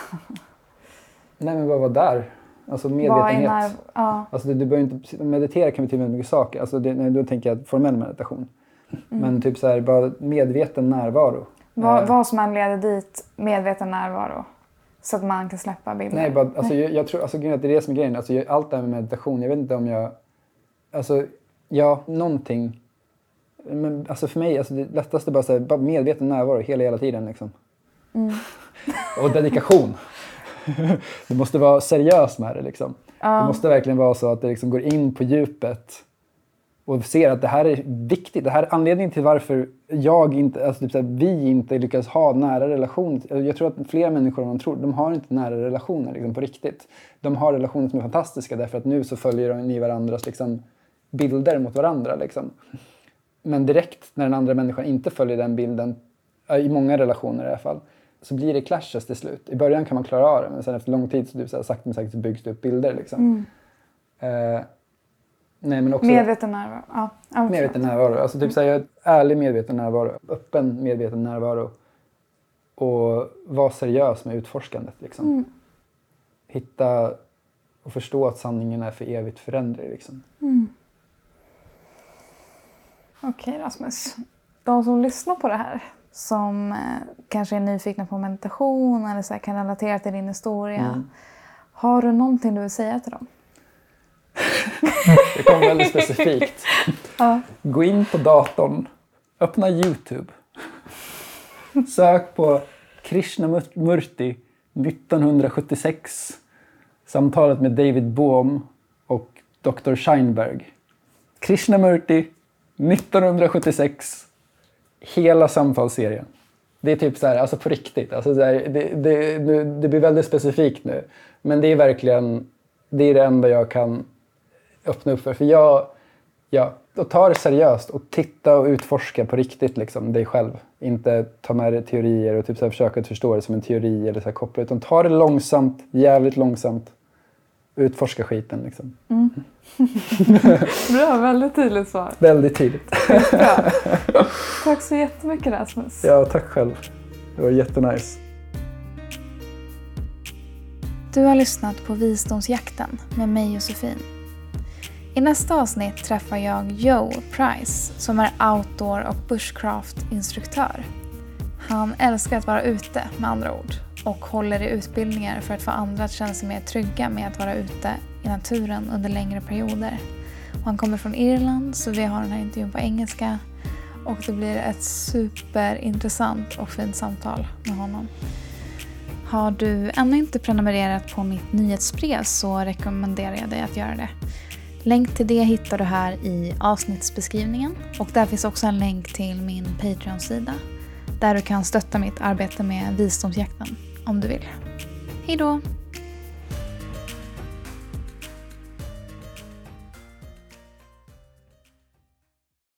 Speaker 1: Nej, men bara vara där. Alltså medvetenhet.
Speaker 2: Ja.
Speaker 1: Alltså du behöver inte meditera kan vi till väldigt mycket saker. Alltså då tänker jag formell meditation. Men typ så här bara medveten närvaro.
Speaker 2: Vad som man leder dit medveten närvaro. Så att man kan släppa bilder.
Speaker 1: Nej, bara, alltså, jag tror alltså, det är det som är grejen. Alltså, allt det här med meditation, jag vet inte om jag... Alltså, ja, någonting. Men alltså för mig, alltså, det lättaste är bara medveten närvaro hela tiden. Liksom.
Speaker 2: Mm.
Speaker 1: Och dedikation. Du måste vara seriös med det. Liksom. Det måste verkligen vara så att det liksom går in på djupet. Och ser att det här är viktigt. Det här är anledningen till varför vi inte lyckas ha nära relationer. Jag tror att flera människor man tror, de har inte nära relationer liksom, på riktigt. De har relationer som är fantastiska därför att nu så följer ni varandras liksom, bilder mot varandra. Liksom. Men direkt när den andra människan inte följer den bilden, i många relationer i alla fall, så blir det clashes till slut. I början kan man klara av det, men sen efter lång tid så sakta men säkert så byggs det upp bilder. Liksom. Nej, men också
Speaker 2: medveten närvaro. Ja,
Speaker 1: medveten närvaro. Alltså typ säga ärlig medveten närvaro. Öppen medveten närvaro. Och vara seriös med utforskandet. Liksom. Hitta och förstå att sanningen är för evigt föränderlig. Liksom.
Speaker 2: Okej, Rasmus. De som lyssnar på det här. Som kanske är nyfikna på meditation. Eller så här, kan relatera till din historia. Har du någonting du vill säga till dem?
Speaker 1: Det kommer väldigt specifikt. Gå in på datorn. Öppna YouTube. Sök på Krishnamurti 1976. Samtalet med David Bohm och Dr. Scheinberg. Krishnamurti 1976. Hela samtalsserien. Det är typ så här, alltså på riktigt. Alltså så här, det blir väldigt specifikt nu. Men det är verkligen, det är det enda jag kan öppna upp för jag och ta det seriöst och titta och utforska på riktigt liksom, dig själv. Inte ta med dig teorier och typ så här, försöka att förstå det som en teori eller så här, koppla, utan ta det långsamt, jävligt långsamt. Utforska skiten liksom.
Speaker 2: Bra, väldigt tydligt svar.
Speaker 1: Väldigt tydligt.
Speaker 2: Bra. Tack så jättemycket, Rasmus.
Speaker 1: Ja, tack själv. Det var jättenice.
Speaker 2: Du har lyssnat på Visdomsjakten med mig, Josefin. I nästa avsnitt träffar jag Joe Price som är outdoor- och bushcraft-instruktör. Han älskar att vara ute med andra ord och håller i utbildningar för att få andra att känna sig mer trygga med att vara ute i naturen under längre perioder. Och han kommer från Irland så vi har den här intervjun på engelska och det blir ett superintressant och fint samtal med honom. Har du ännu inte prenumererat på mitt nyhetsbrev så rekommenderar jag dig att göra det. Länk till det hittar du här i avsnittsbeskrivningen och där finns också en länk till min Patreon-sida där du kan stötta mitt arbete med visdomsjakten om du vill. Hej då!